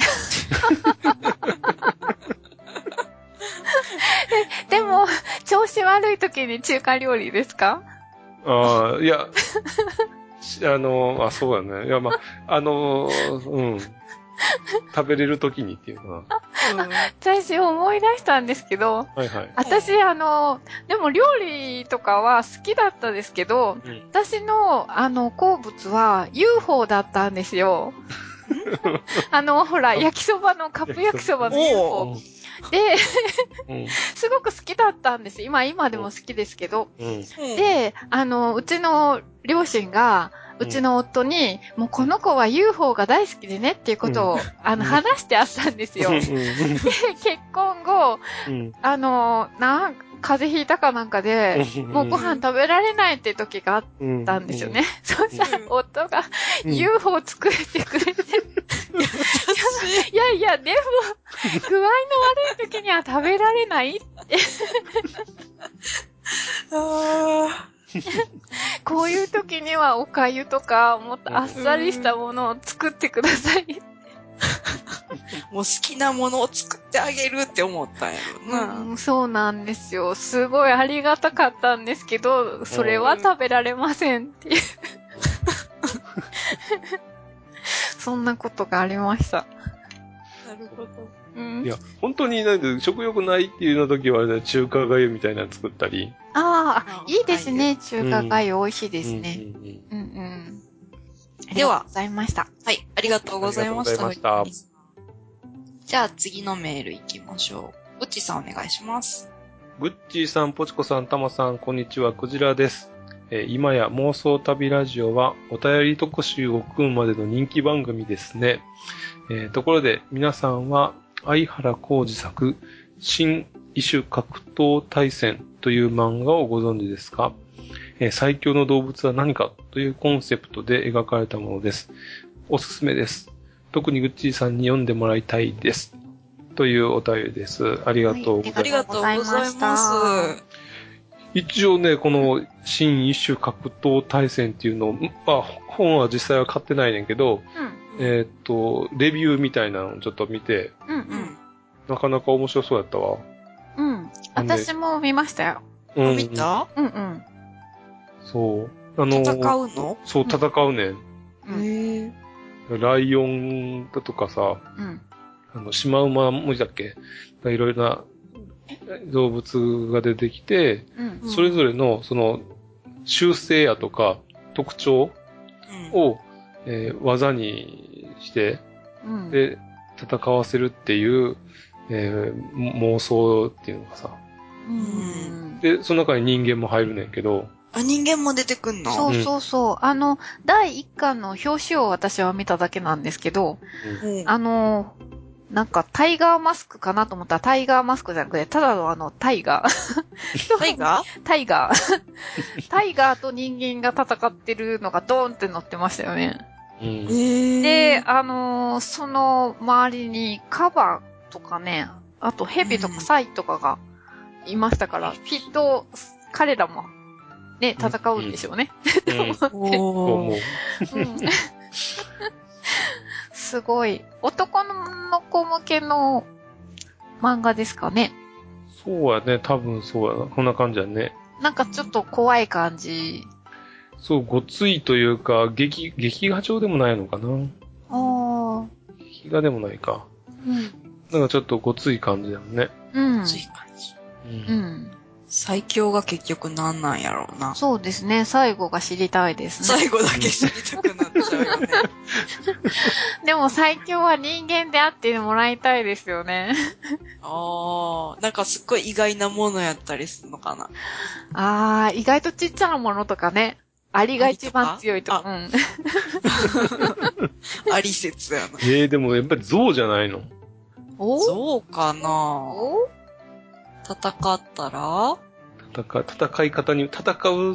でも、調子悪い時に中華料理ですか？ ああ、いや、あの、あ、そうだね。いや、まあ、あの、うん。食べれる時にっていうかな。 私思い出したんですけど、 はいはい。 私、あの、でも料理とかは好きだったですけど、 うん、 私の、あの、好物は ユーフォー だったんですよ。あの、ほら、焼きそばの、カップ焼きそばの ユーフォー。で、 うん、 すごく好きだったんです。今、今でも好きですけど。 うん、 で、あの、うちの両親が、うちの夫に、もうこの子は ユーフォー が大好きでねっていうことを、あの、話してあったんですよ。で、結婚後、あの、なん風邪ひいたかなんかで、もうご飯食べられないって時があったんですよね。そしたら夫が ユーフォー 作ってくれて、いやいや、でも、具合の悪い時には食べられないって。 あこういう時にはお粥とか、もっとあっさりしたものを作ってください。 もう好きなものを作ってあげるって思ったんやろな。 うん、そうなんですよ。すごいありがたかったんですけど、それは食べられませんっていう。そんなことがありました。 なるほど。 うん、 いや、本当になんか食欲ないっていうの時は、ね、中華粥みたいなの作ったり。 ああ、いいですね。中華粥美味しいですね。 うんうんうん、 うんうん。 では、 ありがとうございました。 はい、ありがとうございました。 ありがとうございました。 じゃあ次のメール行きましょう。ぐっちさんお願いします。 ぐっちーさん、ぽちこさん、たまさん、こんにちは、くじらです。えー、今や妄想旅ラジオはお便り特集を組むまでの人気番組ですね。えー、ところで皆さんは相原浩二作新異種格闘対戦という漫画をご存知ですか？えー、最強の動物は何かというコンセプトで描かれたものです。おすすめです。特にぐっちーさんに読んでもらいたいです。というお便りです。ありがとうございます。 ありがとうございます。 一応ね、この新異種格闘対戦っていうのを、まあ、本は実際は買ってないねんけど、うん、えー、っと、レビューみたいなのをちょっと見て、うんうん、なかなか面白そうやったわ。 うん。私も見ましたよ。 うん、見た？ うんうん。 そう。あの、 戦うの？ そう、戦うねん。 うん、へー。ライオンだとかさ、うん、あの、シマウマ文字だっけ？いろいろな動物が出てきて、うん、それぞれのその習性やとか特徴を、うんえー、技にして、うん、で戦わせるっていう、えー、妄想っていうのがさ、うん、でその中に人間も入るねんけど、 あ、人間も出てくんの？ そうそうそう。あの、だいいっかんの表紙を私は見ただけなんですけど、うん、あの、なんかタイガーマスクかなと思ったらタイガーマスクじゃなくて、ただのあのタイガー。 タイガータイガー。タイガーと人間が戦ってるのがドーンって載ってましたよね。うん、で、あのー、その周りにカバとかね、あとヘビとかサイとかがいましたから、うん、きっと彼らもね、戦うんでしょうね。うん、と思って。うんすごい。男の子向けの漫画ですかね。 そうやね。多分そうやな。こんな感じやね。 なんかちょっと怖い感じ。 そう、ごついというか、劇、劇画調でもないのかな。 ああ。 劇画でもないか。 うん。 なんかちょっとごつい感じだよね。 うん。 ごつい感じ。 うん。 最強が結局何なんやろうな。 そうですね。最後が知りたいですね。 最後だけ知りたくなっちゃうよね。 でも最強は人間であってもらいたいですよね。 ああ、なんかすっごい意外なものやったりするのかな。 ああ、意外とちっちゃなものとかね。アリが一番強いとか。うん。 アリ説やな。 ええー、でもやっぱり象じゃないの？ お象かなお戦ったら戦、戦い方に、戦うって、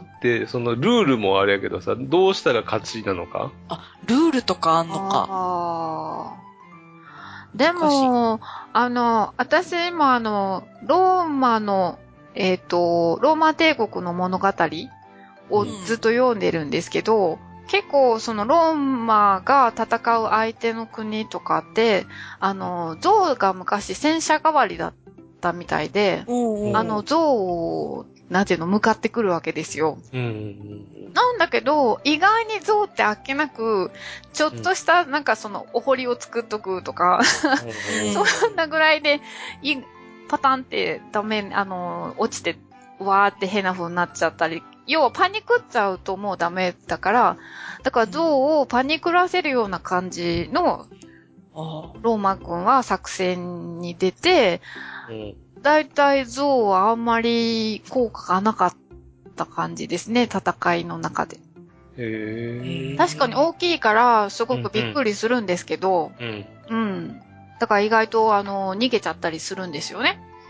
そのルールもあれやけどさ、どうしたら勝ちなのか？ あ、ルールとかあんのか。 あーでも、あの、私今あの、ローマの、えっと、ローマ帝国の物語をずっと読んでるんですけど、うん、結構そのローマが戦う相手の国とかって、あの、象が昔戦車代わりだったみたいで、 うんうん、 あの、象を、なんていうの、向かってくるわけですよ。 うんうん、 なんだけど、意外に象ってあっけなく、ちょっとした、なんかその、お堀を作っとくとか、うん、そんなぐらいで、いパタンってダメ、あの、落ちて、わーって変な風になっちゃったり、要はパニクっちゃうともうダメだから、だから象をパニクらせるような感じの、ローマ軍は作戦に出て、だいたい象はあんまり効果がなかった感じですね、戦いの中で。 へー。 確かに大きいからすごくびっくりするんですけど、うん、うん。うん。だから意外とあの逃げちゃったりするんですよね。うん、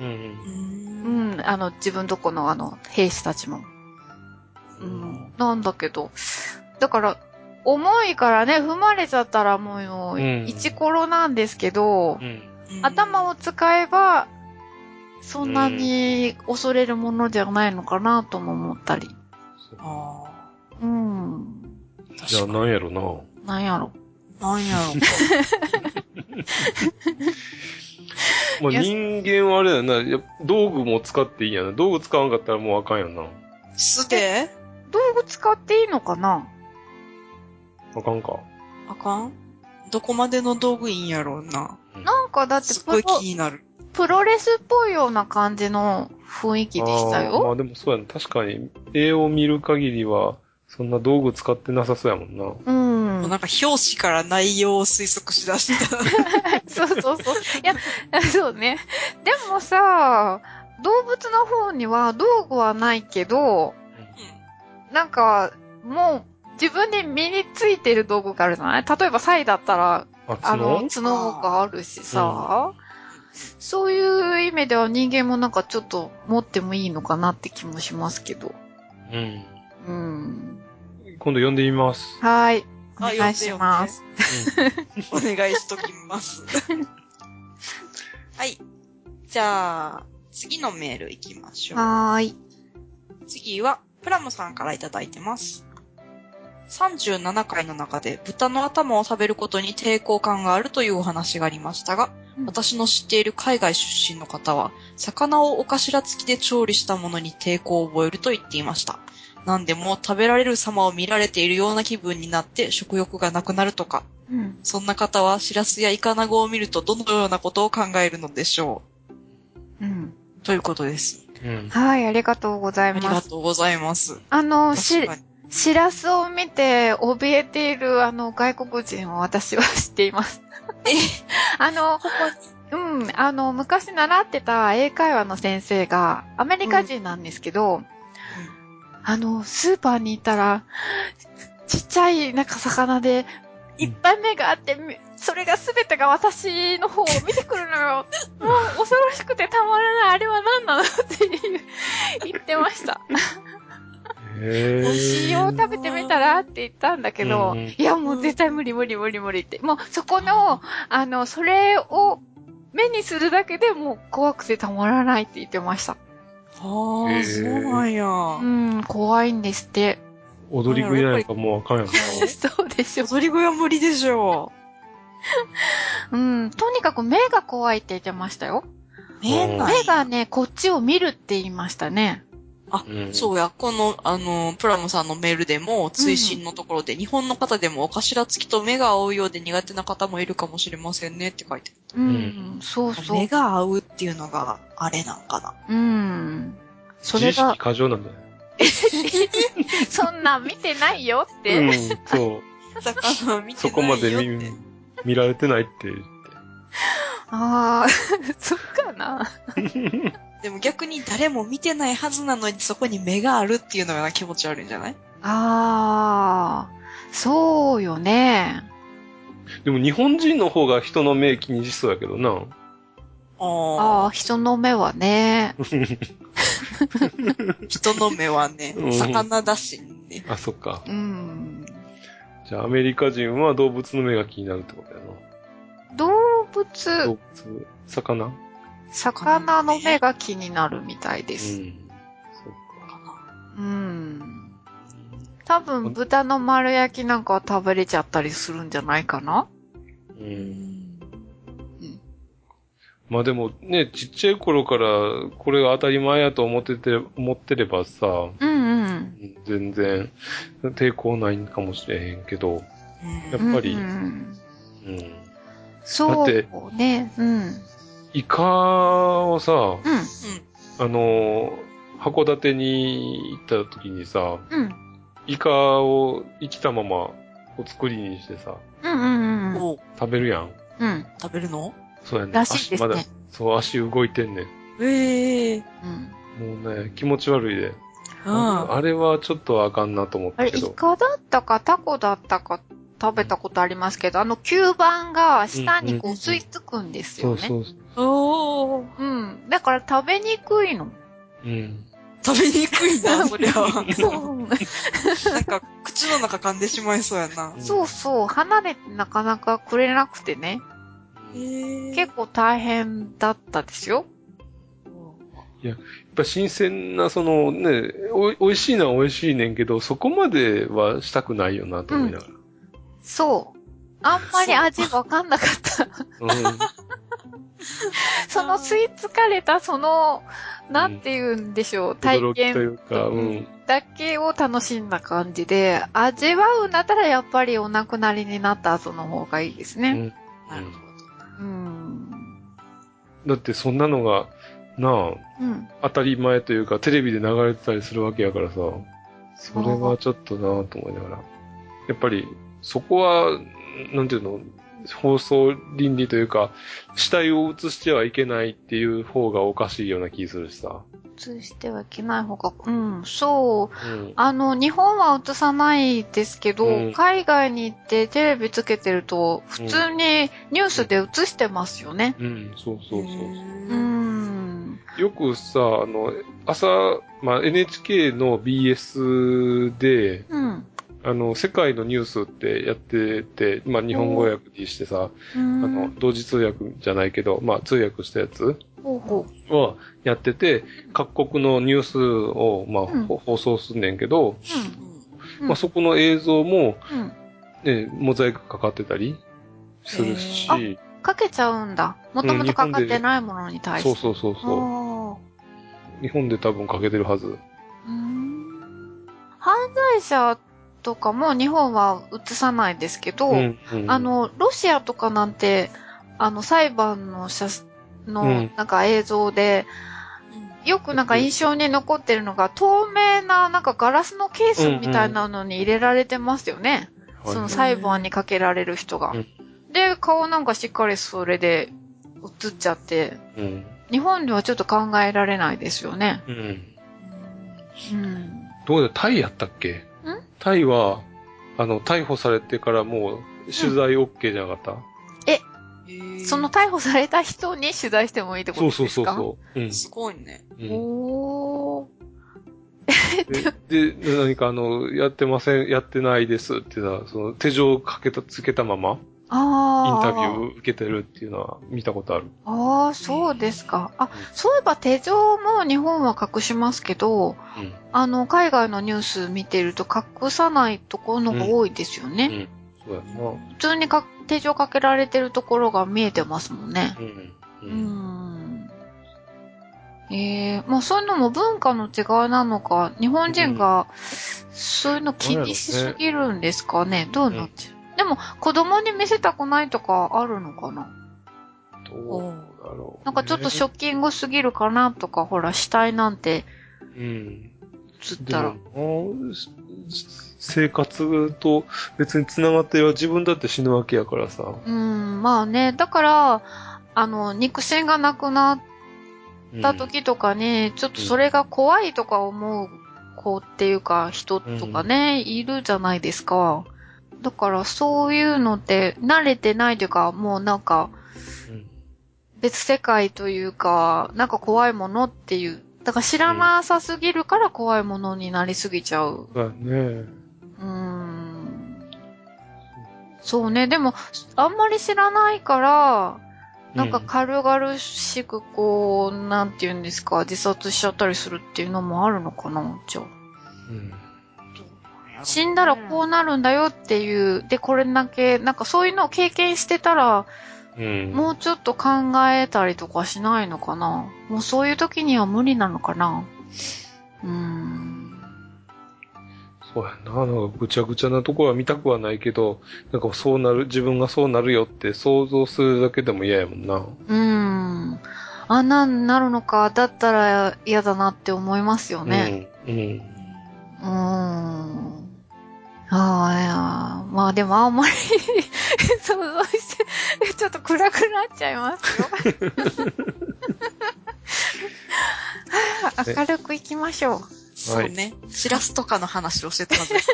うん。あの自分とこのあの兵士たちも。うん。なんだけど、だから重いからね、踏まれちゃったらもう、イチコロなんですけど、うん、頭を使えば、そんなに恐れるものではないのかなとも思ったり。ああ。うん。 じゃあ何やろな。 何やろ。 何やろ。 まあ人間はあれだよな。や道具も使っていいやな。道具使わんかったらもうあかんやんな。 素手？ 道具使っていいのかな？ あかんか。 あかん？どこまでの道具いいんやろうな。 なんかだってすっごい気になる。 プロレスっぽいような感じの雰囲気でしたよ。 あまあでもそうやな。確かに、絵を見る限りは、そんな道具使ってなさそうやもんな。 うん。もうなんか表紙から内容を推測しだした。 そうそうそう。いや、そうね。でもさ、動物の方には道具はないけど、うん、なんか、もう自分で身についてる道具があるじゃない？例えばサイだったら、あ, あの、角があるしさ、うん、そういう意味では人間もなんかちょっと持ってもいいのかなって気もしますけど。うん。 うん。今度読んでみます。 はい。お願いします。 お願いしときます。はい。じゃあ、次のメール行きましょう。 はーい。 次は、プラムさんからいただいてます。さんじゅうななかいの中で豚の頭を食べることに抵抗感があるというお話がありましたが、うん、私の知っている海外出身の方は、魚をお頭付きで調理したものに抵抗を覚えると言っていました。何でも食べられる様を見られているような気分になって食欲がなくなるとか、うん、そんな方はシラスやイカナゴを見るとどのようなことを考えるのでしょう、うん、ということです、 うん、はい、ありがとうございます。 ありがとうございます。 あの、し、シラスを見て怯えているあの外国人を私は知っています。えあの、うん、あの、昔習ってた英会話の先生がアメリカ人なんですけど、うん、あの、スーパーに行ったら、ちっちゃいなんか魚で、いっぱい目があって、それがすべてが私の方を見てくるのよ。もう恐ろしくてたまらない。あれは何なのっていう言ってました。 へ美味しいよ、食べてみたらって言ったんだけど、うん、いやもう絶対無理無理無理無理って。もうそこの、あの、それを目にするだけでもう怖くてたまらないって言ってました。 はあ、そうなんや。 うん、怖いんですって。 踊り食いなんかもうあかんやん。 そうでしょ。 踊り食いは無理でしょう。うん、とにかく目が怖いって言ってましたよ。 目目がね、こっちを見るって言いましたね。 あ、うん、そうや。この、あの、プラムさんのメールでも、追伸のところで、うん、日本の方でもお頭付きと目が合うようで苦手な方もいるかもしれませんねって書いてある。うん、そうそう。 目が合うっていうのが、あれなんかな。 うん。 それが。自意識過剰なんだよ。 そんなん見てないよって。 うん、そう。 だから見てないよって。 そこまで見、見られてないって言って。 ああ、そっかな。 でも逆に誰も見てないはずなのにそこに目があるっていうのが気持ち悪いんじゃない？ ああ、そうよね。 でも日本人の方が人の目気にしそうやけどな。 ああ、人の目はね。 人の目はね、うん、魚だしね。 あ、そっか。 うん。 じゃあアメリカ人は動物の目が気になるってことやな。 動物動物魚魚の目が気になるみたいです。うん。 そうかな。うん。多分豚の丸焼きなんかは食べれちゃったりするんじゃないかな？うん。うん、 まあでもね、ちっちゃい頃からこれが当たり前やと思ってて、思ってればさ、 うんうん。 全然抵抗ないかもしれへんけど、やっぱり、うん。うん、 そうだってね、うん。 イカをさ、うん。あの、函館に行った時にさ、うん。イカを生きたままお作りにしてさ、 うんうんうん。 食べるやん。 うん。食べるの？ そうやね。 らしいですね。 足まだ、そう、足動いてんねん。 ええー。 うん。もうね、気持ち悪いで。うん。あれはちょっとあかんなと思ったけど。 あれ、イカだったかタコだったか食べたことありますけど、あの吸盤が下にこう吸い付くんですよね。 そうそうそう。おー。うん。だから食べにくいの。 うん。食べにくいな、そりゃ。そう。なんか、口の中噛んでしまいそうやな。 そうそう。離れてなかなかくれなくてね。へー。結構大変だったですよ。 いや、やっぱ新鮮な、そのね、おい、美味しいのは美味しいねんけど、そこまではしたくないよなと思いながら。うん、 そう。あんまり味わかんなかった。うん、その吸い付かれた、その、なんて言うんでしょう、うん、体験というか、うん、だけを楽しんだ感じで、味わうんだったらやっぱりお亡くなりになった後の方がいいですね。うん、なるほど。 うん。だってそんなのが、なあ、うん、当たり前というか、テレビで流れてたりするわけやからさ、それはちょっとなぁと思いながら。やっぱり、そこは、なんていうの、放送倫理というか、死体を映してはいけないっていう方がおかしいような気するしさ。 映してはいけない方が、うん、そう。うん、あの、日本は映さないですけど、うん、海外に行ってテレビつけてると、普通にニュースで映してますよね。 うん、うん、そうそうそうそう。うんよくさ、あの、朝、まあ、エヌエイチケー の ビーエス で、うん、あの、世界のニュースってやってて、まあ、日本語訳にしてさ、あの、同時通訳じゃないけど、まあ、通訳したやつをやってて、各国のニュースを、まあ、うん、放送すんねんけど、うん、まあ、そこの映像も、ね、モザイクかかってたりするし、 かけちゃうんだ。もともとかかってないものに対して。 うん、そうそうそうそう。日本で多分かけてるはず。うーん犯罪者とかも日本は映さないですけど、うんうん、あの、ロシアとかなんて、あの、裁判の写の、なんか映像で、うん、よくなんか印象に残ってるのが、透明ななんかガラスのケースみたいなのに入れられてますよね。うんうん、その裁判にかけられる人が。うんで、顔なんかしっかりそれで映っちゃって、うん、日本ではちょっと考えられないですよね。うん。 うん、どうだ、タイやったっけ？ん？タイは、あの、逮捕されてからもう取材 OK じゃなかった？うん、 え、その逮捕された人に取材してもいいってことですか？ そうそうそうそう。 うん、すごいね。うん、 おー。で、で、何かあの、やってません、やってないですってさ、その手錠をかけた、つけたまま、あインタビューを受けてるっていうのは見たことある。 ああ、そうですか。あ、うん、そういえば手錠も日本は隠しますけど、うん、あの、海外のニュース見てると隠さないところのが多いですよね。うんうん、そうやな。普通にか手錠かけられてるところが見えてますもんね。うん。うん。 ええー、まあそういうのも文化の違いなのか、日本人がそういうの気にしすぎるんですかね。うん、どうなっちゃう、うん、でも子供に見せたくないとかあるのかな。 どうだろう、ね。 なんかちょっとショッキングすぎるかなとか、ほら、死体なんて。 うん。 つったら。 生活と別に繋がってる自分だって死ぬわけやからさ。 うん、まあね。だから、あの、肉親がなくなった時とかね、うん、ちょっとそれが怖いとか思う子っていうか、人とかね、うん、いるじゃないですか。だからそういうのって慣れてないというか、もうなんか、別世界というか、なんか怖いものっていう。だから知らなさすぎるから怖いものになりすぎちゃう。 そうだね。 うーん。そうね。でも、あんまり知らないから、なんか軽々しくこう、なんていうんですか、自殺しちゃったりするっていうのもあるのかな、じゃあ。うん。死んだらこうなるんだよっていう、で、これだけ、なんかそういうのを経験してたら、うん、もうちょっと考えたりとかしないのかな。もうそういう時には無理なのかな。うーん。 そうやな。なんかぐちゃぐちゃなところは見たくはないけど、なんかそうなる、自分がそうなるよって想像するだけでも嫌やもんな。 うーん。あんなんなるのか、だったら嫌だなって思いますよね。うん。うん。うーん。ああ、いやまあでもあんまり想像して、ちょっと暗くなっちゃいますよ。明るくいきましょう。 そうね。しらすとかの話をしてたはずです。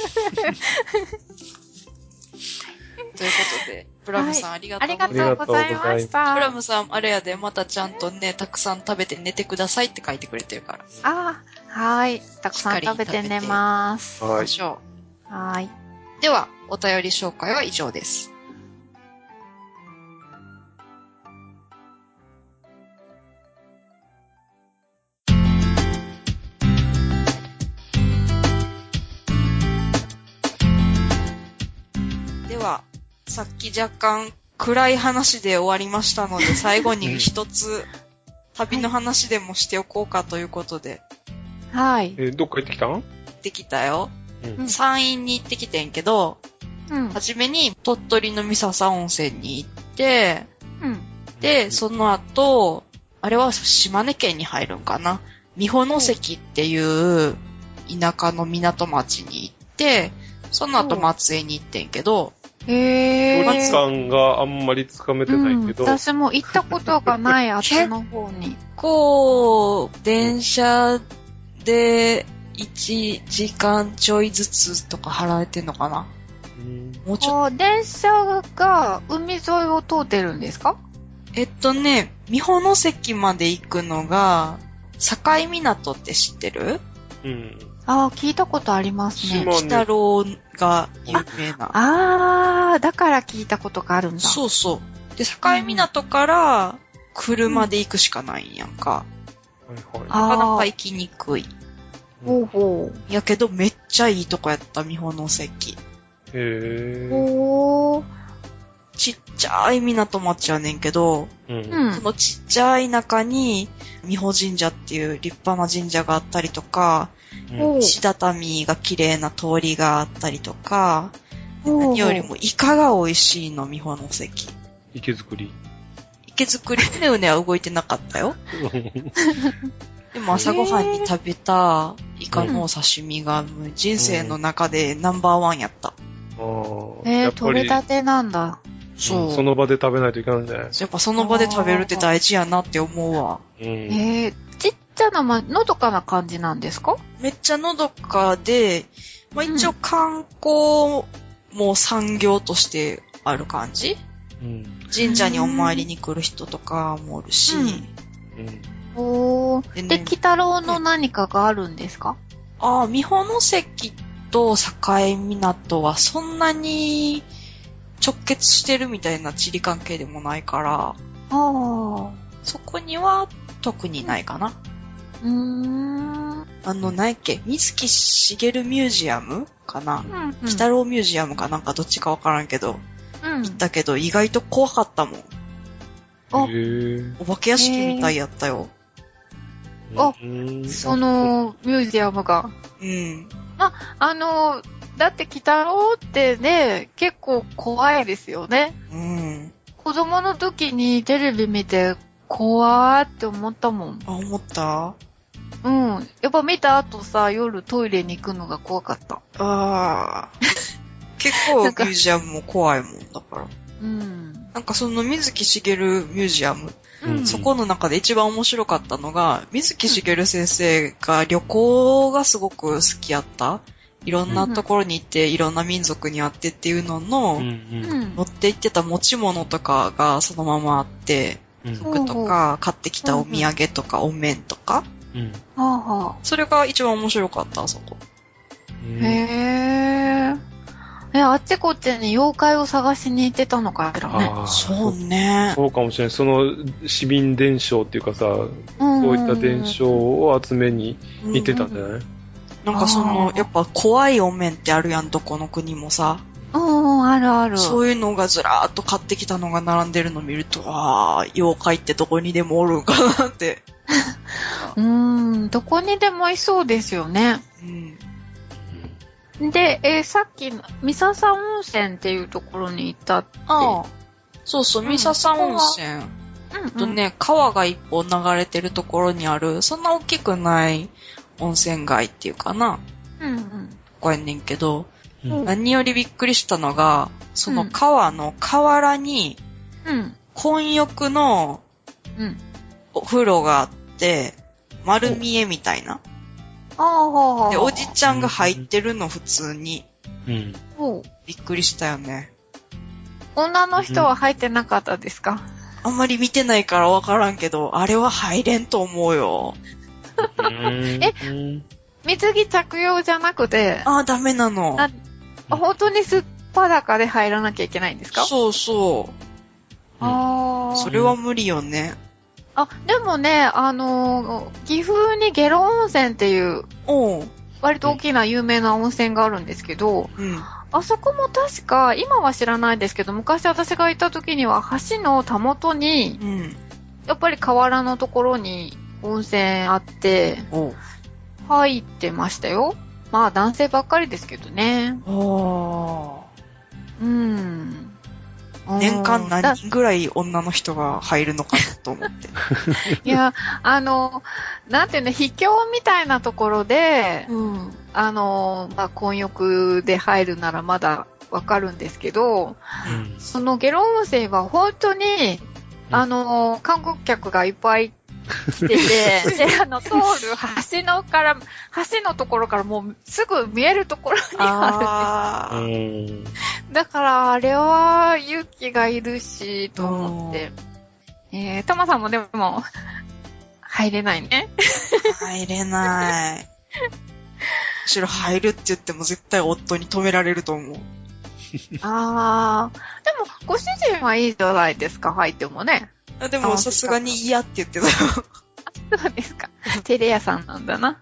ということで、プラムさん、はい、ありがとうございました。 ありがとうございました。 プラムさん、あれやで、またちゃんとね、たくさん食べて寝てくださいって書いてくれてるから。 ああ、はい。たくさん食べて寝ます。 はい。 はい。 では、お便り紹介は以上です。では、さっき若干暗い話で終わりましたので、最後に一つ旅の話でもしておこうかということで。 はい。 えー、どっか行ってきたん？ 行ってきたよ。 うん、 山陰に行ってきてんけど、うん、はじめに鳥取の三笹温泉に行って、うん、で、その後、あれは島根県に入るんかな。美保関っていう田舎の港町に行って、その後松江に行ってんけど、 へー。距離感があんまりつかめてないけど。 うん、私も行ったことがないあっちの方に。 結構、電車でいちじかんちょいずつとか払えてんのかな。 もうちょっと。電車が海沿いを通ってるんですか？ えっとね、美保関まで行くのが、境港って知ってる？ うん。 ああ、聞いたことありますね。 鬼太郎が有名な。 ああ、だから聞いたことがあるんだ。 そうそう。で、境港から車で行くしかないんやんか。うん、なかなか行きにくい。 ほうほう。やけどめっちゃいいとこやった、美保関。 へー。 ほー。 ちっちゃい港町やねんけど、うん、そのちっちゃい中に美保神社っていう立派な神社があったりとか、うん、石畳が綺麗な通りがあったりとか、何よりもイカが美味しいの、美保関。 池作り池作り、うねうねは動いてなかったよ。でも朝ごはんに食べたイカの刺身が人生の中でナンバーワンやった。 うん、えー、取れたてなんだ。 そう、うん。その場で食べないといけないんじゃない？ やっぱその場で食べるって大事やなって思うわ。 うん、えー、ちっちゃな、ま、のどかな感じなんですか？ めっちゃのどかで、まあ、一応観光も産業としてある感じ？うん、神社にお参りに来る人とかもおるし。うんうん、おー。で、ね、鬼太郎の何かがあるんですか？ ああ、美保関と境港はそんなに直結してるみたいな地理関係でもないから、ああ、そこには特にないかな。うーん。あの、何やっけ、水木しげるミュージアムかな、うんうん、鬼太郎ミュージアムかなんかどっちかわからんけど、うん、行ったけど意外と怖かったもん。あ、お化け屋敷みたいやったよ。 あ、その、ミュージアムが。 うん。 ま、あの、だって鬼太郎ってね、結構怖いですよね。 うん。 子供の時にテレビ見て、怖ーって思ったもん。 あ、思った？ うん。やっぱ見た後さ、夜トイレに行くのが怖かった。 ああ。結構ミュージアムも怖いもんだから。 うん。 なんかその水木しげるミュージアム、 うん、 そこの中で一番面白かったのが、水木しげる先生が旅行がすごく好きやった。いろんなところに行って、いろんな民族に会ってっていうのの、うんうん、持って行ってた持ち物とかがそのままあって、服とか、買ってきたお土産とか、お面とか、うん、それが一番面白かった、あそこ。 へー。え、あっちこっちに妖怪を探しに行ってたのかしらね。 そうね。 そうかもしれない。その市民伝承っていうかさ、そういった伝承を集めに行ってたんじゃない？うんうん、 なんかその、やっぱ怖いお面ってあるやん、どこの国もさ。 うん、あるある。 そういうのがずらーっと買ってきたのが並んでるのを見ると、あー、妖怪ってどこにでもおるんかなって。 うーん、どこにでもいそうですよね。うん。で、えー、さっきの三笹温泉っていうところに行ったって。 ああ。そうそう、三笹温泉。うんうん、とね、川が一本流れてるところにある、そんな大きくない温泉街っていうかな。うんうん。ここやねんけど、うん、何よりびっくりしたのが、その川の河原に、うん。混浴の、うん。お風呂があって、丸見えみたいな。ああ、で、おじちゃんが入ってるの、普通に。うん。びっくりしたよね。 女の人は入ってなかったですか？ あんまり見てないからわからんけど、あれは入れんと思うよ。 え、水着着用じゃなくて。 ああ、ダメなの。あ、 本当にすっぱだかで入らなきゃいけないんですか？ そうそう。ああ。それは無理よね。 あ、でもね、あのー、岐阜に下呂温泉っていう、割と大きな有名な温泉があるんですけど、うん、あそこも確か、今は知らないですけど、昔私が行った時には橋のたもとに、うん、やっぱり河原のところに温泉あって、入ってましたよ。まあ男性ばっかりですけどね。ああ。 うん。年間何人ぐらい女の人が入るのかなと思って。 いや、あの、なんていうの、秘境みたいなところで、うん、あの、まあ、混浴で入るならまだわかるんですけど、うん、その下呂温泉は本当に、あの、観光客がいっぱい来てて、で、あの、通る橋のから、橋のところからもうすぐ見えるところにあるんです。だから、あれは勇気がいるし、と思って。えー、トマさんもでも、入れないね。 入れない。むしろ入るって言っても絶対夫に止められると思う。 あー。でも、ご主人はいいじゃないですか、入ってもね。 でも、さすがに嫌って言ってたよ。 そうですか。テレ屋さんなんだな。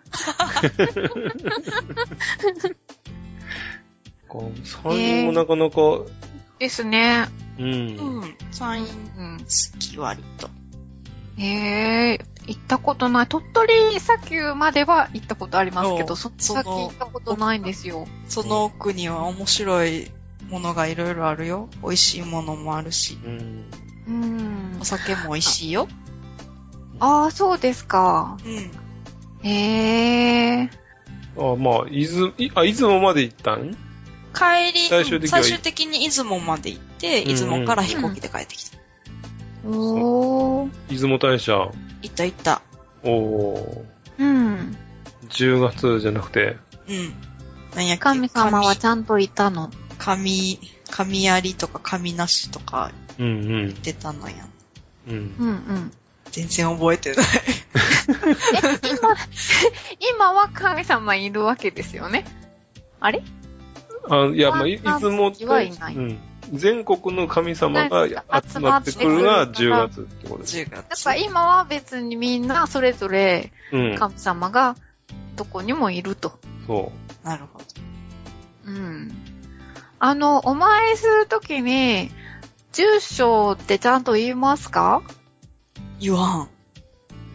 さんにんもなかなか、 えー、ですね。 うん。うん。さんにん、うん、好き割と。 ええー、行ったことない。鳥取砂丘までは行ったことありますけど、その先行ったことないんですよ。 その奥には面白いものがいろいろあるよ。美味しいものもあるし。うん。うん。お酒も美味しいよ。 ああ、そうですか。うん。へえ。 あ、まあ、伊豆、あ、出雲まで行ったん？ 帰り、最終的に最終的に出雲まで行って、出雲から飛行機で帰ってきた。 うん、おー。 出雲大社。 行った行った。 おー。うん。じゅうがつじゃなくて。 うん。何やっけ？神様はちゃんといたの。 神、神槍とか神なしとか言ってたのや。うん、うん。うんうん。全然覚えてない。 え、今、今は神様いるわけですよね。あれ？ あ、いや、まあ、出雲って、はいない。うん。全国の神様が集まってくるのがじゅうがつってことです。 じゅうがつ。だから今は別にみんなそれぞれ神様がどこにもいると。 うん、そう。なるほど。 うん。あの、お参りするときに、住所ってちゃんと言いますか？ 言わん。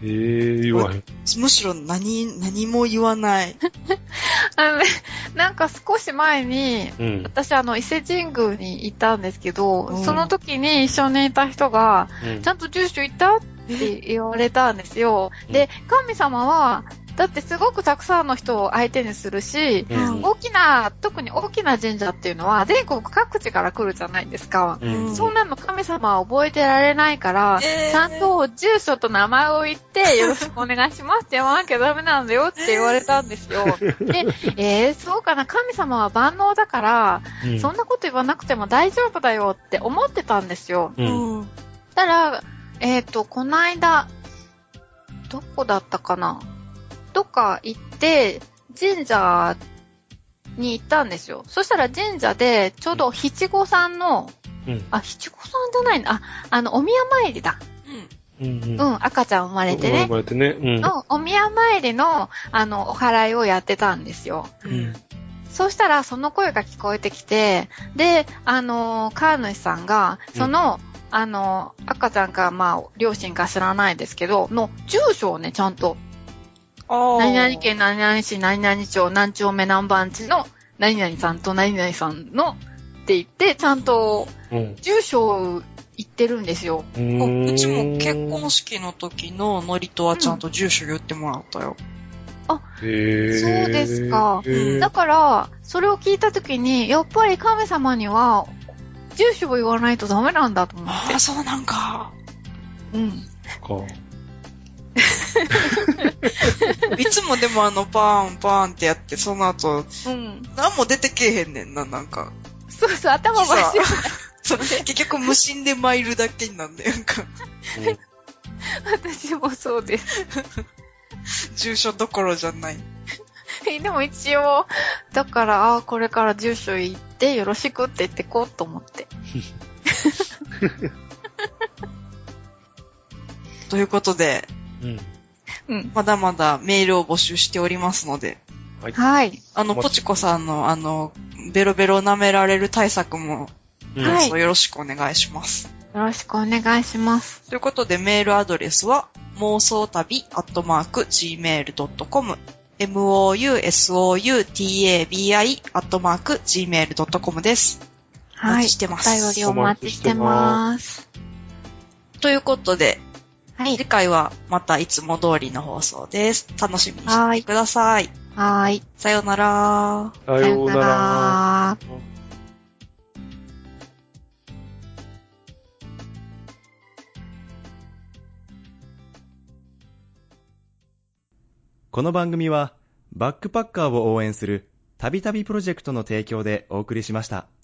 えー、言わへん。 むしろ何、何も言わない。 あのね、なんか少し前に、うん、私あの伊勢神宮に行ったんですけど、うん、その時に一緒にいた人が、うん、ちゃんと住所行ったって言われたんですよ。で、神様は、だってすごくたくさんの人を相手にするし、うん、大きな、特に大きな神社っていうのは全国各地から来るじゃないですか。うん、そんなの神様は覚えてられないから、えー、ちゃんと住所と名前を言ってよろしくお願いしますって言わなきゃダメなんだよって言われたんですよ。で、えー、そうかな、神様は万能だから、うん、そんなこと言わなくても大丈夫だよって思ってたんですよ。うん。たら、えっと、この間、どこだったかなどっか行って、神社に行ったんですよ。そしたら神社で、ちょうど七五三の、うん、あ、七五三じゃないな、あ、あの、お宮参りだ。うん。うん、うん、赤ちゃん生まれてね。 生まれてね。うん。 の、お宮参りの、あの、お祓いをやってたんですよ。うん。そうしたら、その声が聞こえてきて、で、あの、飼い主さんが、その、うん、あの、赤ちゃんか、まあ、両親か知らないですけど、の住所をね、ちゃんと、何々県何々市何々町何丁目何番地の何々さんと何々さんのって言って、ちゃんと住所を言ってるんですよ。 うん、うちも結婚式の時のノリとはちゃんと住所言ってもらったよ。 うん、あ、そうですか。だから、それを聞いた時に、やっぱり神様には住所を言わないとダメなんだと思って。 ああ、そうなんか。うん。 か。 いつもでもあのパーンパーンってやってその後、うん、何も出てけえへんねんな、なんか。 そうそう、頭真っ白。 そう結局無心で参るだけになんだよ、なんか。 うん、私もそうです。 住所どころじゃない。 でも一応、だから、あこれから住所言ってよろしくって言ってこうと思って。 ということで、うんうん、まだまだメールを募集しておりますので。 はい。 あの、ポチコさんの、あの、ベロベロ舐められる対策も、はい。よろしくお願いします。 よろしくお願いします。 ということで、メールアドレスは、妄想旅アットマーク ジーメールドットコム、mousoutabi アットマーク ジーメールドットコム です。 はい。お待ちしてます。お便りお待ちしてます。 ということで、はい。次回はまたいつも通りの放送です。楽しみにしてください。 はい。 さようなら。 さようなら。 この番組はバックパッカーを応援するたびたびプロジェクトの提供でお送りしました。